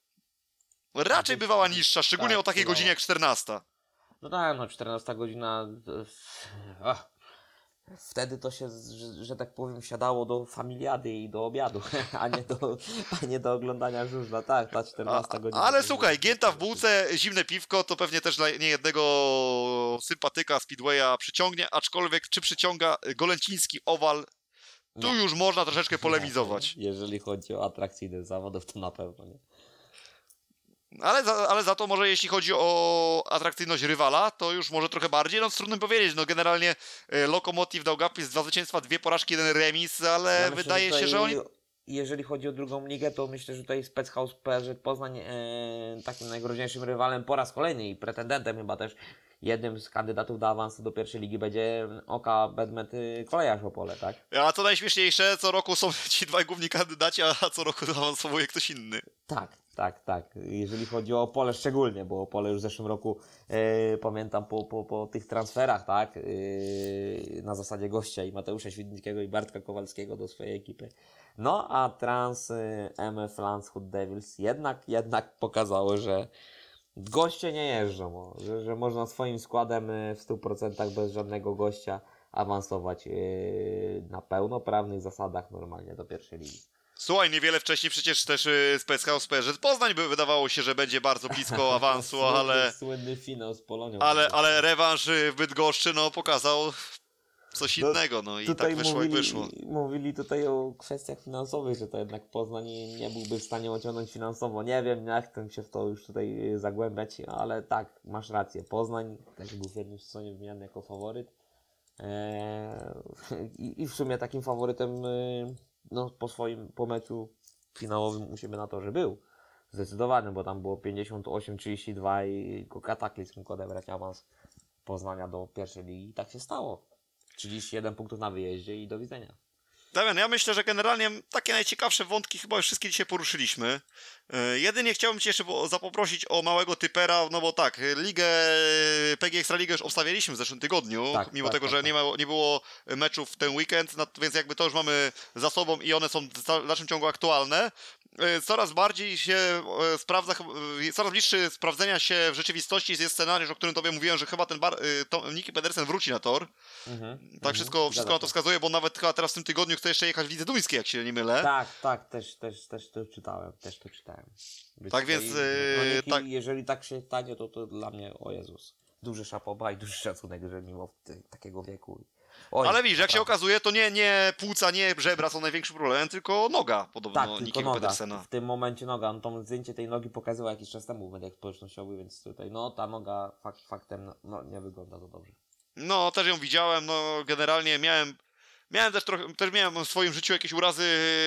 raczej bywała niższa, szczególnie tak, o takiej bywała. godzinie jak czternasta. No tak, no czternasta godzina... Ach. Wtedy to się, że, że tak powiem, siadało do familiady i do obiadu, a nie do, a nie do oglądania żużla. Tak, ta czternasta godzina. Ale słuchaj, gięta w bułce, zimne piwko to pewnie też dla niejednego sympatyka Speedwaya przyciągnie, aczkolwiek czy przyciąga golęciński owal, tu Nie. już można troszeczkę polemizować. Jeżeli chodzi o atrakcyjność zawodów, to na pewno nie. Ale za, ale za to może jeśli chodzi o atrakcyjność rywala, to już może trochę bardziej, no trudno powiedzieć, no generalnie e, Lokomotiv Daugavpils, dwa zwycięstwa, dwie porażki, jeden remis, ale Ja myślę, wydaje że się, że oni... Jeżeli chodzi o drugą ligę, to myślę, że tutaj Spechouse P S Ż Poznań e, takim najgroźniejszym rywalem po raz kolejny i pretendentem chyba też jednym z kandydatów do awansu do pierwszej ligi będzie Oka Bedmet Kolejarz Opole, tak? A co najśmieszniejsze, co roku są ci dwaj główni kandydaci, a co roku awansowuje ktoś inny. Tak, tak, tak. Jeżeli chodzi o Opole szczególnie, bo Opole już w zeszłym roku e, pamiętam po, po, po tych transferach, tak, e, na zasadzie gościa i Mateusza Świdnickiego i Bartka Kowalskiego do swojej ekipy. No, a trans e, M F Landshut Devils jednak, jednak pokazały, że goście nie jeżdżą, o, że, że można swoim składem e, w stu procentach bez żadnego gościa awansować e, na pełnoprawnych zasadach normalnie do pierwszej ligi. Słuchaj, niewiele wcześniej przecież też y, Spechouse P S Ż Poznań by wydawało się, że będzie bardzo blisko awansu, słynny, ale, Słynny finał z Polonią. ale, ale rewanż y, w Bydgoszczy no, pokazał coś No, innego, no i Tutaj tak wyszło mówili, jak wyszło. Mówili tutaj o kwestiach finansowych, że to jednak Poznań nie byłby w stanie ociągnąć finansowo. Nie wiem, jak chcę się w to już tutaj y, zagłębiać, ale tak, masz rację. Poznań, tak był w jednym sezonie wymieniany jako faworyt. Eee, i, I w sumie takim faworytem y, no, po swoim, po meczu finałowym u siebie na torze był. zdecydowany, bo tam było pięćdziesiąt osiem trzydzieści dwa i tylko kataklizm mógł odebrać awans Poznania do pierwszej ligi i tak się stało. trzydzieści jeden punktów na wyjeździe i do widzenia. Damian, ja myślę, że generalnie takie najciekawsze wątki chyba już wszystkie dzisiaj poruszyliśmy. Yy, jedynie chciałbym Cię jeszcze po- zapoprosić o małego typera, no bo tak, ligę, P G Ekstraligę już obstawialiśmy w zeszłym tygodniu, Tak, mimo tak, tego, tak, że tak. Nie, ma, nie było meczów w ten weekend, no, więc jakby to już mamy za sobą i one są w dalszym ciągu aktualne. Yy, Coraz bardziej się e, sprawdza, yy, coraz bliższy sprawdzenia się w rzeczywistości jest scenariusz, o którym Tobie mówiłem, że chyba ten bar, yy, to, Niki Pedersen wróci na tor. Mhm, Tak, mhm, wszystko, wszystko zgadza na to się. wskazuje, bo nawet chyba teraz w tym tygodniu chce jeszcze jechać w Lidze Duńskiej, jak się nie mylę. Tak, tak, też, też, też to czytałem, też to czytałem. Być Tak więc, no, yy, Niki, tak- jeżeli tak się stanie, to, to dla mnie, o Jezus, duży szapoba i duży szacunek, że mimo ty, takiego wieku. Oj, Ale widzisz, jak się naprawdę. okazuje, to nie, nie płuca, nie żebra są największym problemem, tylko noga, podobno Tak, tylko Nikiego noga. Pedersena. W tym momencie noga. On to zdjęcie tej nogi pokazywał jakiś czas temu w mediach społecznościowych, więc tutaj, no ta noga fakt, faktem no, no, nie wygląda to dobrze. No, też ją widziałem, no generalnie miałem, miałem też trochę, też miałem w swoim życiu jakieś urazy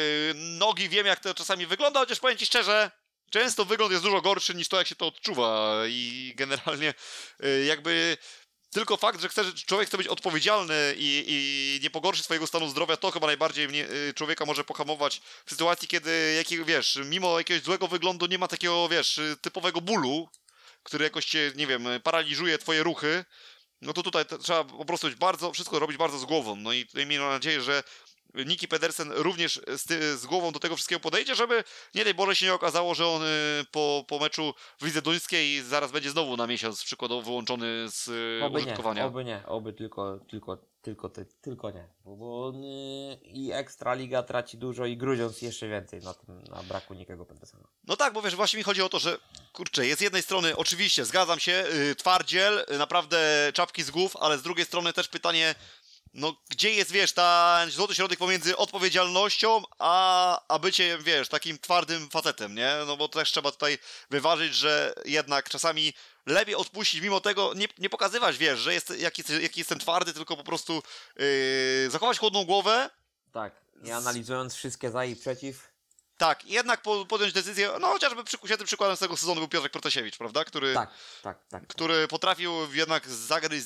nogi, wiem jak to czasami wygląda, chociaż powiem Ci szczerze, często wygląd jest dużo gorszy niż to, jak się to odczuwa i generalnie y, jakby tylko fakt, że chce, że człowiek chce być odpowiedzialny i, i nie pogorszyć swojego stanu zdrowia, to chyba najbardziej mnie, y, człowieka może pohamować w sytuacji, kiedy, jakiego, wiesz, mimo jakiegoś złego wyglądu nie ma takiego, wiesz, y, typowego bólu, który jakoś cię, nie wiem, paraliżuje twoje ruchy. No to tutaj te, trzeba po prostu być bardzo, wszystko robić bardzo z głową. No i tutaj miejmy nadzieję, że Niki Pedersen również z, ty, z głową do tego wszystkiego podejdzie, żeby nie daj Boże się nie okazało, że on y, po, po meczu w Lidze Duńskiej zaraz będzie znowu na miesiąc przykładowo wyłączony z y, Oby nie, użytkowania. oby nie, oby tylko, tylko, tylko, ty, tylko nie. Bo, bo y, i Ekstraliga traci dużo i Grudziądz jeszcze więcej na tym, na braku Nikiego Pedersena. No tak, bo wiesz, właśnie mi chodzi o to, że kurczę, jest z jednej strony, oczywiście, zgadzam się, yy, twardziel, yy, naprawdę czapki z głów, ale z drugiej strony też pytanie, no gdzie jest, wiesz, ten złoty środek pomiędzy odpowiedzialnością, a, a byciem, wiesz, takim twardym facetem, nie? No bo też trzeba tutaj wyważyć, że jednak czasami lepiej odpuścić, mimo tego nie, nie pokazywać, wiesz, że jest, jaki, jaki jestem twardy, tylko po prostu yy, zachować chłodną głowę. Tak, i analizując wszystkie za i przeciw, Tak, jednak po, podjąć decyzję, no chociażby przy, świetnym przykładem z tego sezonu był Piotrek Protasiewicz, prawda? Który, tak, tak, tak. który potrafił jednak zagryźć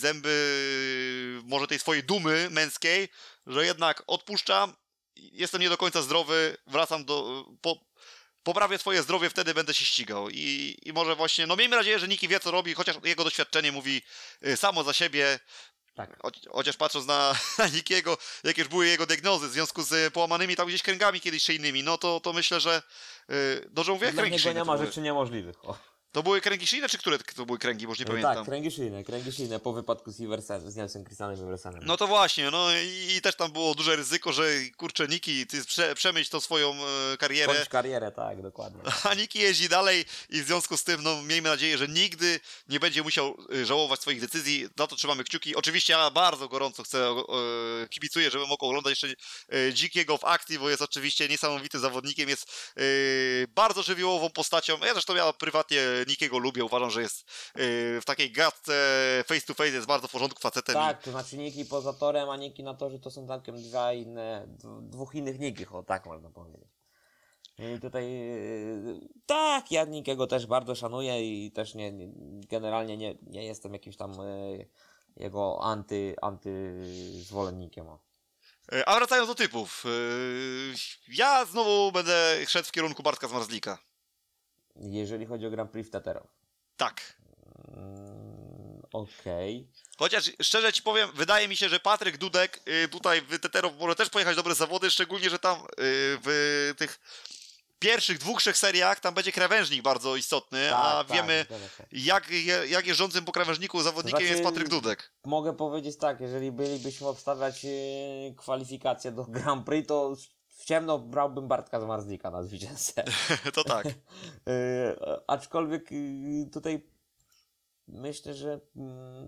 zęby może tej swojej dumy męskiej, że jednak odpuszczam, jestem nie do końca zdrowy, wracam do... Po, poprawię swoje zdrowie, wtedy będę się ścigał. I, I może właśnie, no miejmy nadzieję, że Niki wie co robi, chociaż jego doświadczenie mówi y, samo za siebie. Tak. Cho, chociaż patrząc na, na Nikiego, jakie już były jego diagnozy w związku z połamanymi tam gdzieś kręgami kiedyś czy innymi, no to, to myślę, że yy, dobrze mówię, Dla kręgi niego szyjne nie to ma były. rzeczy niemożliwych. O. To były kręgi szyjne, czy które to były kręgi, bo już nie Tak, pamiętam. kręgi szyjne, kręgi szyjne po wypadku z, Iversen, z Nielsem Christianem Iversenem. No to właśnie, no i, i też tam było duże ryzyko, że kurczę, Niki, ty prze, przemyśl tą swoją e, karierę, Kończ karierę, tak, dokładnie. a Niki jeździ dalej i w związku z tym, no miejmy nadzieję, że nigdy nie będzie musiał e, żałować swoich decyzji, za to trzymamy kciuki. Oczywiście ja bardzo gorąco chcę, e, kibicuję, żeby mógł oglądać jeszcze e, Dzikiego w akcji, bo jest oczywiście niesamowitym zawodnikiem, jest e, bardzo żywiołową postacią. Ja zresztą ja prywatnie Nikiego lubię, uważam, że jest e, w takiej gadce face to face, jest bardzo w porządku facetem. Tak, to znaczy Niki poza torem, a Niki na torze to są całkiem dwa inne, d- dwóch innych Nikich, o tak można powiedzieć. I tutaj, yy, tak, ja Nikiego też bardzo szanuję i też nie, nie, generalnie nie, nie jestem jakimś tam yy, jego anty, anty zwolennikiem. O. E, A wracając do typów, yy, ja znowu będę szedł w kierunku Bartka Zmarzlika. Jeżeli chodzi o Grand Prix w Teterow. Tak. Mm, Okej. Chociaż szczerze ci powiem, wydaje mi się, że Patryk Dudek yy, tutaj w Teterow może też pojechać dobre zawody, szczególnie, że tam yy, w tych pierwszych dwóch, trzech seriach tam będzie krawężnik bardzo istotny, Tak, a tak, wiemy zgadza się. jak, je- jak jeżdżącym po krawężniku zawodnikiem Znaczy, jest Patryk Dudek. Mogę powiedzieć tak, jeżeli bylibyśmy obstawiać yy, kwalifikacje do Grand Prix, to w ciemno brałbym Bartka Zmarzlika na zwycięzcę. To tak. Yy, aczkolwiek yy, tutaj myślę, że yy,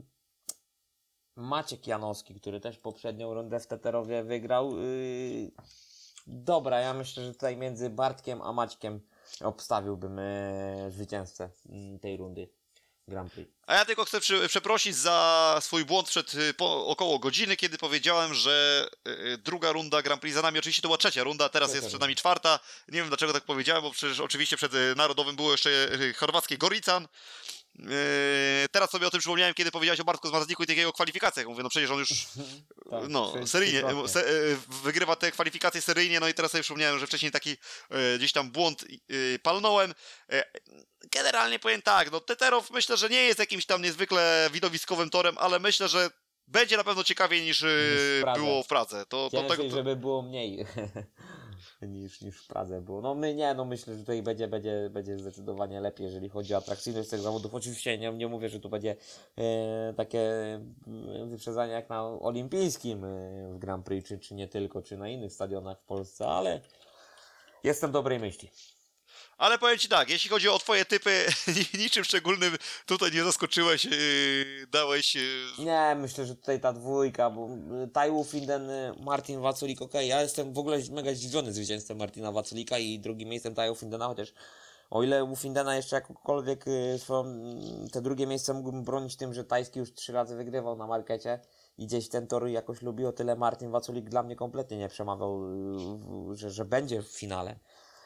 Maciek Janowski, który też poprzednią rundę w Teterowie wygrał. Yy, dobra, ja myślę, że tutaj między Bartkiem a Maćkiem obstawiłbym yy, zwycięzcę yy, tej rundy. Grand Prix. A ja tylko chcę przy, przeprosić za swój błąd przed y, po, około godziny, kiedy powiedziałem, że y, druga runda Grand Prix za nami, oczywiście to była trzecia runda, teraz Trzecia jest przed runda. nami czwarta. Nie wiem dlaczego tak powiedziałem, bo przecież oczywiście przed y, Narodowym było jeszcze y, chorwackie Gorican. Yy, teraz sobie o tym przypomniałem, kiedy powiedziałeś o Bartku Zmarzniku i tych jego kwalifikacjach. Mówię, no przecież on już Tak, no, trzy- seryjnie, trzykrotnie. se, yy, wygrywa te kwalifikacje seryjnie, no i teraz sobie przypomniałem, że wcześniej taki yy, gdzieś tam błąd yy, palnąłem. Yy, generalnie powiem tak, no Teterow myślę, że nie jest jakimś tam niezwykle widowiskowym torem, ale myślę, że będzie na pewno ciekawiej niż, yy, Niż w Pradze. było w Pradze. To, to Ciężej, tego, to... żeby było mniej niż, niż w Pradze było. No my nie, no myślę, że tutaj będzie, będzie, będzie zdecydowanie lepiej, jeżeli chodzi o atrakcyjność tych zawodów. Oczywiście nie, nie mówię, że tu będzie e, takie e, wyprzedzanie jak na olimpijskim e, w Grand Prix, czy, czy nie tylko, czy na innych stadionach w Polsce, ale jestem dobrej myśli. Ale powiem Ci tak, jeśli chodzi o Twoje typy, niczym szczególnym tutaj nie zaskoczyłeś, yy, dałeś... Yy... Nie, myślę, że tutaj ta dwójka, bo y, Taiwo Finden, y, Martin Waculik, okej, ja jestem w ogóle mega zdziwiony zwycięstwem Martina Waculika i drugim miejscem Taiwo Findena, chociaż o ile u Findena jeszcze jakkolwiek y, swoją, y, te drugie miejsce mógłbym bronić tym, że Tajski już trzy razy wygrywał na markecie i gdzieś ten tor jakoś lubi, o tyle Martin Waculik dla mnie kompletnie nie przemawiał, y, w, że, że będzie w finale.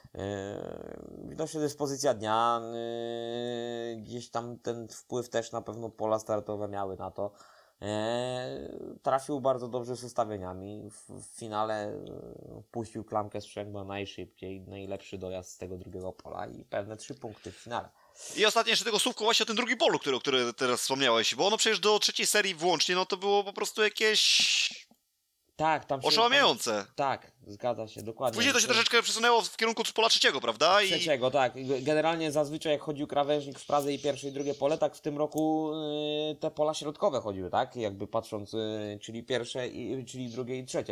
Yy, no się dyspozycja dnia, yy, gdzieś tam ten wpływ też na pewno pola startowe miały na to. Yy, trafił bardzo dobrze z ustawieniami. W, w finale yy, puścił klamkę sprzęgła najszybciej, najlepszy dojazd z tego drugiego pola i pewne trzy punkty w finale. I ostatnie jeszcze tego słówko właśnie o tym drugim polu, który, o którym teraz wspomniałeś, bo ono przecież do trzeciej serii włącznie, no to było po prostu jakieś Tak, tam się... oszałamiające. Tam, tak, zgadza się, dokładnie. Później to się troszeczkę przesunęło w kierunku pola trzeciego, prawda? I... Trzeciego, tak. Generalnie zazwyczaj jak chodził krawężnik w Pradze i pierwsze i drugie pole, tak w tym roku y, te pola środkowe chodziły, tak? Jakby patrząc, y, czyli pierwsze, i, czyli drugie i trzecie.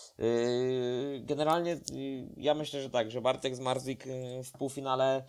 Y, generalnie y, ja myślę, że tak, że Bartek Zmarzlik y, w półfinale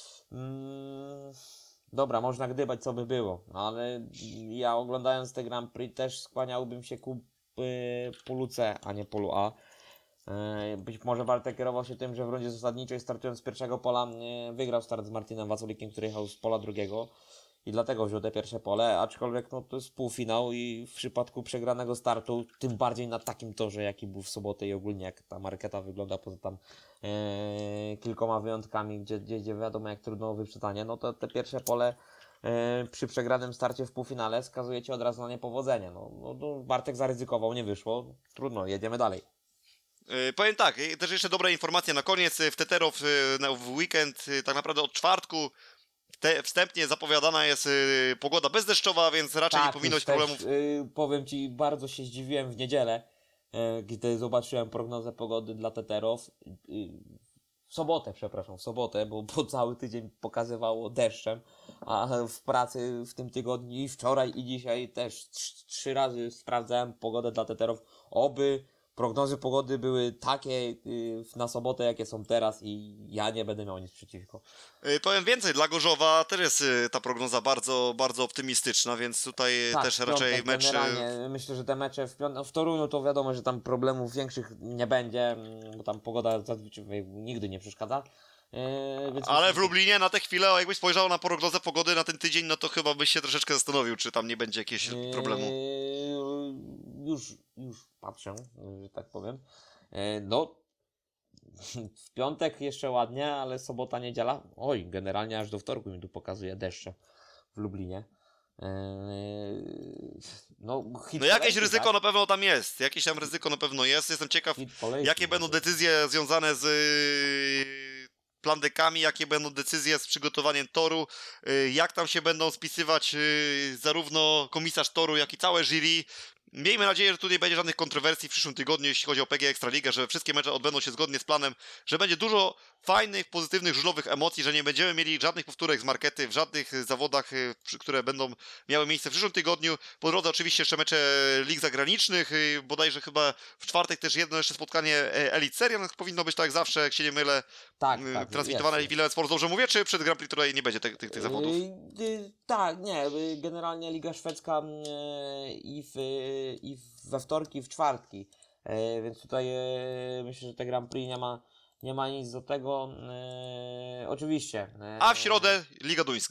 mm, dobra, można gdybać co by było, no ale ja oglądając te Grand Prix też skłaniałbym się ku y, polu C, a nie polu A. Być może Bartek kierował się tym, że w rundzie zasadniczej startując z pierwszego pola wygrał start z Martinem Waculikiem, który jechał z pola drugiego i dlatego wziął te pierwsze pole, aczkolwiek no, to jest półfinał i w przypadku przegranego startu, tym bardziej na takim torze, jaki był w sobotę i ogólnie jak ta marketa wygląda poza tam e, kilkoma wyjątkami, gdzie, gdzie, gdzie wiadomo jak trudno o wyprzedzanie, no to te pierwsze pole e, przy przegranym starcie w półfinale skazuje Cię od razu na niepowodzenie. No, no, no Bartek zaryzykował, nie wyszło, trudno, jedziemy dalej. Yy, powiem tak, yy, też jeszcze dobra informacja na koniec. Yy, w Teterow yy, na, w weekend, yy, tak naprawdę od czwartku te, wstępnie zapowiadana jest yy, pogoda bezdeszczowa, więc raczej tak, nie powinno być też, problemów. Yy, powiem Ci, bardzo się zdziwiłem w niedzielę, yy, gdy zobaczyłem prognozę pogody dla Teterow. Yy, w sobotę, przepraszam, w sobotę, bo, bo cały tydzień pokazywało deszczem, a w pracy w tym tygodniu i wczoraj i dzisiaj też trz, trzy razy sprawdzałem pogodę dla Teterow. Oby prognozy pogody były takie yy, na sobotę, jakie są teraz i ja nie będę miał nic przeciwko. Yy, powiem więcej, dla Gorzowa też jest yy, ta prognoza bardzo, bardzo optymistyczna, więc tutaj Tak, też w raczej piątek mecz... generalnie myślę, że te mecze w, piąt- w Toruniu to wiadomo, że tam problemów większych nie będzie, mm, bo tam pogoda zazwyczaj nigdy nie przeszkadza. Yy, więc Ale myślę, w Lublinie na tę chwilę, jakbyś spojrzał na prognozę pogody na ten tydzień, no to chyba byś się troszeczkę zastanowił, czy tam nie będzie jakiegoś że- problemu. Yy, już, już patrzę, że tak powiem. Yy, no, w piątek jeszcze ładnie, ale sobota, niedziela, oj, generalnie aż do wtorku mi tu pokazuje deszcze w Lublinie. Yy, no, hit No jakieś kolejny, ryzyko tak? na pewno tam jest, jakieś tam ryzyko na pewno jest. Jestem ciekaw, Hit kolejny, jakie będą może. decyzje związane z yy, plandekami, jakie będą decyzje z przygotowaniem toru, yy, jak tam się będą spisywać yy, zarówno komisarz toru, jak i całe jury. Miejmy nadzieję, że tu nie będzie żadnych kontrowersji w przyszłym tygodniu, jeśli chodzi o P G Ekstraligę, że wszystkie mecze odbędą się zgodnie z planem, że będzie dużo fajnych, pozytywnych, żużlowych emocji, że nie będziemy mieli żadnych powtórek z markety w żadnych zawodach, y, przy- które będą miały miejsce w przyszłym tygodniu. Po drodze oczywiście jeszcze mecze lig zagranicznych, y, bodajże chyba w czwartek też jedno jeszcze spotkanie e, Elite Serie, no, powinno być tak jak zawsze, jak się nie mylę, Tak, y, tak, transmitowane jest, i Wiele Sport, dobrze mówię, czy przed Grand Prix tutaj nie będzie tych, tych, tych zawodów? Yy, yy, tak, nie, yy, generalnie Liga Szwedzka yy, i, w, yy, i we wtorki, i w czwartki, yy, więc tutaj yy, myślę, że te Grand Prix nie ma, nie ma nic do tego. Yy, oczywiście. Yy, A w środę Liga Duńska.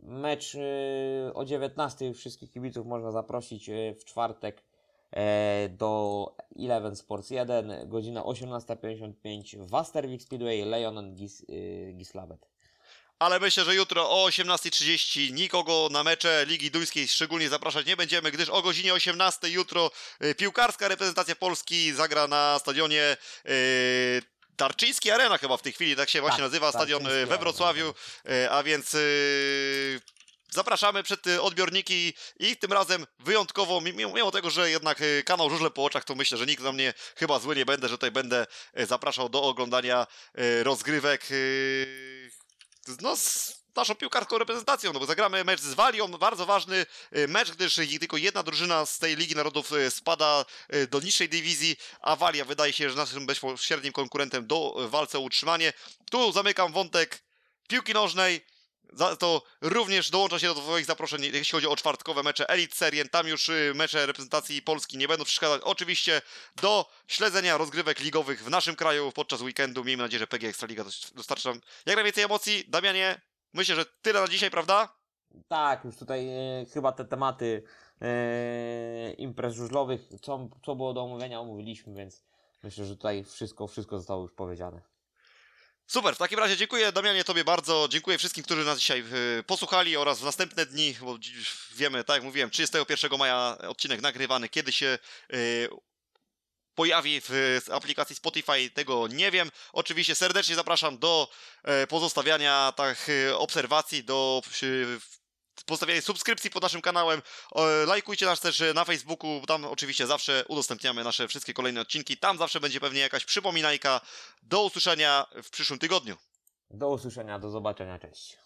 Mecz y, o dziewiętnastej wszystkich kibiców można zaprosić y, w czwartek e, do Eleven Sports jeden, godzina osiemnasta pięćdziesiąt pięć w Wastervik Speedway, Lejon and Gis, y, Gislaved. Ale myślę, że jutro o osiemnastej trzydzieści nikogo na mecze Ligi Duńskiej szczególnie zapraszać nie będziemy, gdyż o godzinie osiemnastej jutro y, piłkarska reprezentacja Polski zagra na stadionie y, Tarczyński Arena chyba w tej chwili, tak się właśnie Tak, nazywa stadion Tarczyński y, we Arena. Wrocławiu, y, a więc y, zapraszamy przed y, odbiorniki i tym razem wyjątkowo, mimo, mimo tego, że jednak y, kanał Żużle po oczach, to myślę, że nikt na mnie chyba zły nie będę, że tutaj będę y, zapraszał do oglądania y, rozgrywek y, no, z naszą piłkarską reprezentacją, no bo zagramy mecz z Walią, bardzo ważny y, mecz, gdyż tylko jedna drużyna z tej Ligi Narodów y, spada y, do niższej dywizji, a Walia wydaje się, że naszym bezpośrednim konkurentem do y, walce o utrzymanie. Tu zamykam wątek piłki nożnej. Za to również dołącza się do Twoich zaproszeń, jeśli chodzi o czwartkowe mecze Elite Serien. Tam już y, mecze reprezentacji Polski nie będą przeszkadzać. Oczywiście do śledzenia rozgrywek ligowych w naszym kraju podczas weekendu. Miejmy nadzieję, że P G Ekstraliga dostarczy nam jak najwięcej emocji. Damianie, myślę, że tyle na dzisiaj, prawda? Tak, już tutaj e, chyba te tematy e, imprez żużlowych, co, co było do omówienia, omówiliśmy, więc myślę, że tutaj wszystko, wszystko zostało już powiedziane. Super, w takim razie dziękuję Damianie Tobie bardzo, dziękuję wszystkim, którzy nas dzisiaj y, posłuchali oraz w następne dni, bo dziś wiemy, tak jak mówiłem, trzydziestego pierwszego maja odcinek nagrywany, kiedy się y, pojawi w aplikacji Spotify, tego nie wiem. Oczywiście serdecznie zapraszam do y, pozostawiania tak y, obserwacji, do y, pozostawiania subskrypcji pod naszym kanałem. O, lajkujcie nas też na Facebooku, tam oczywiście zawsze udostępniamy nasze wszystkie kolejne odcinki. Tam zawsze będzie pewnie jakaś przypominajka. Do usłyszenia w przyszłym tygodniu. Do usłyszenia, do zobaczenia, cześć.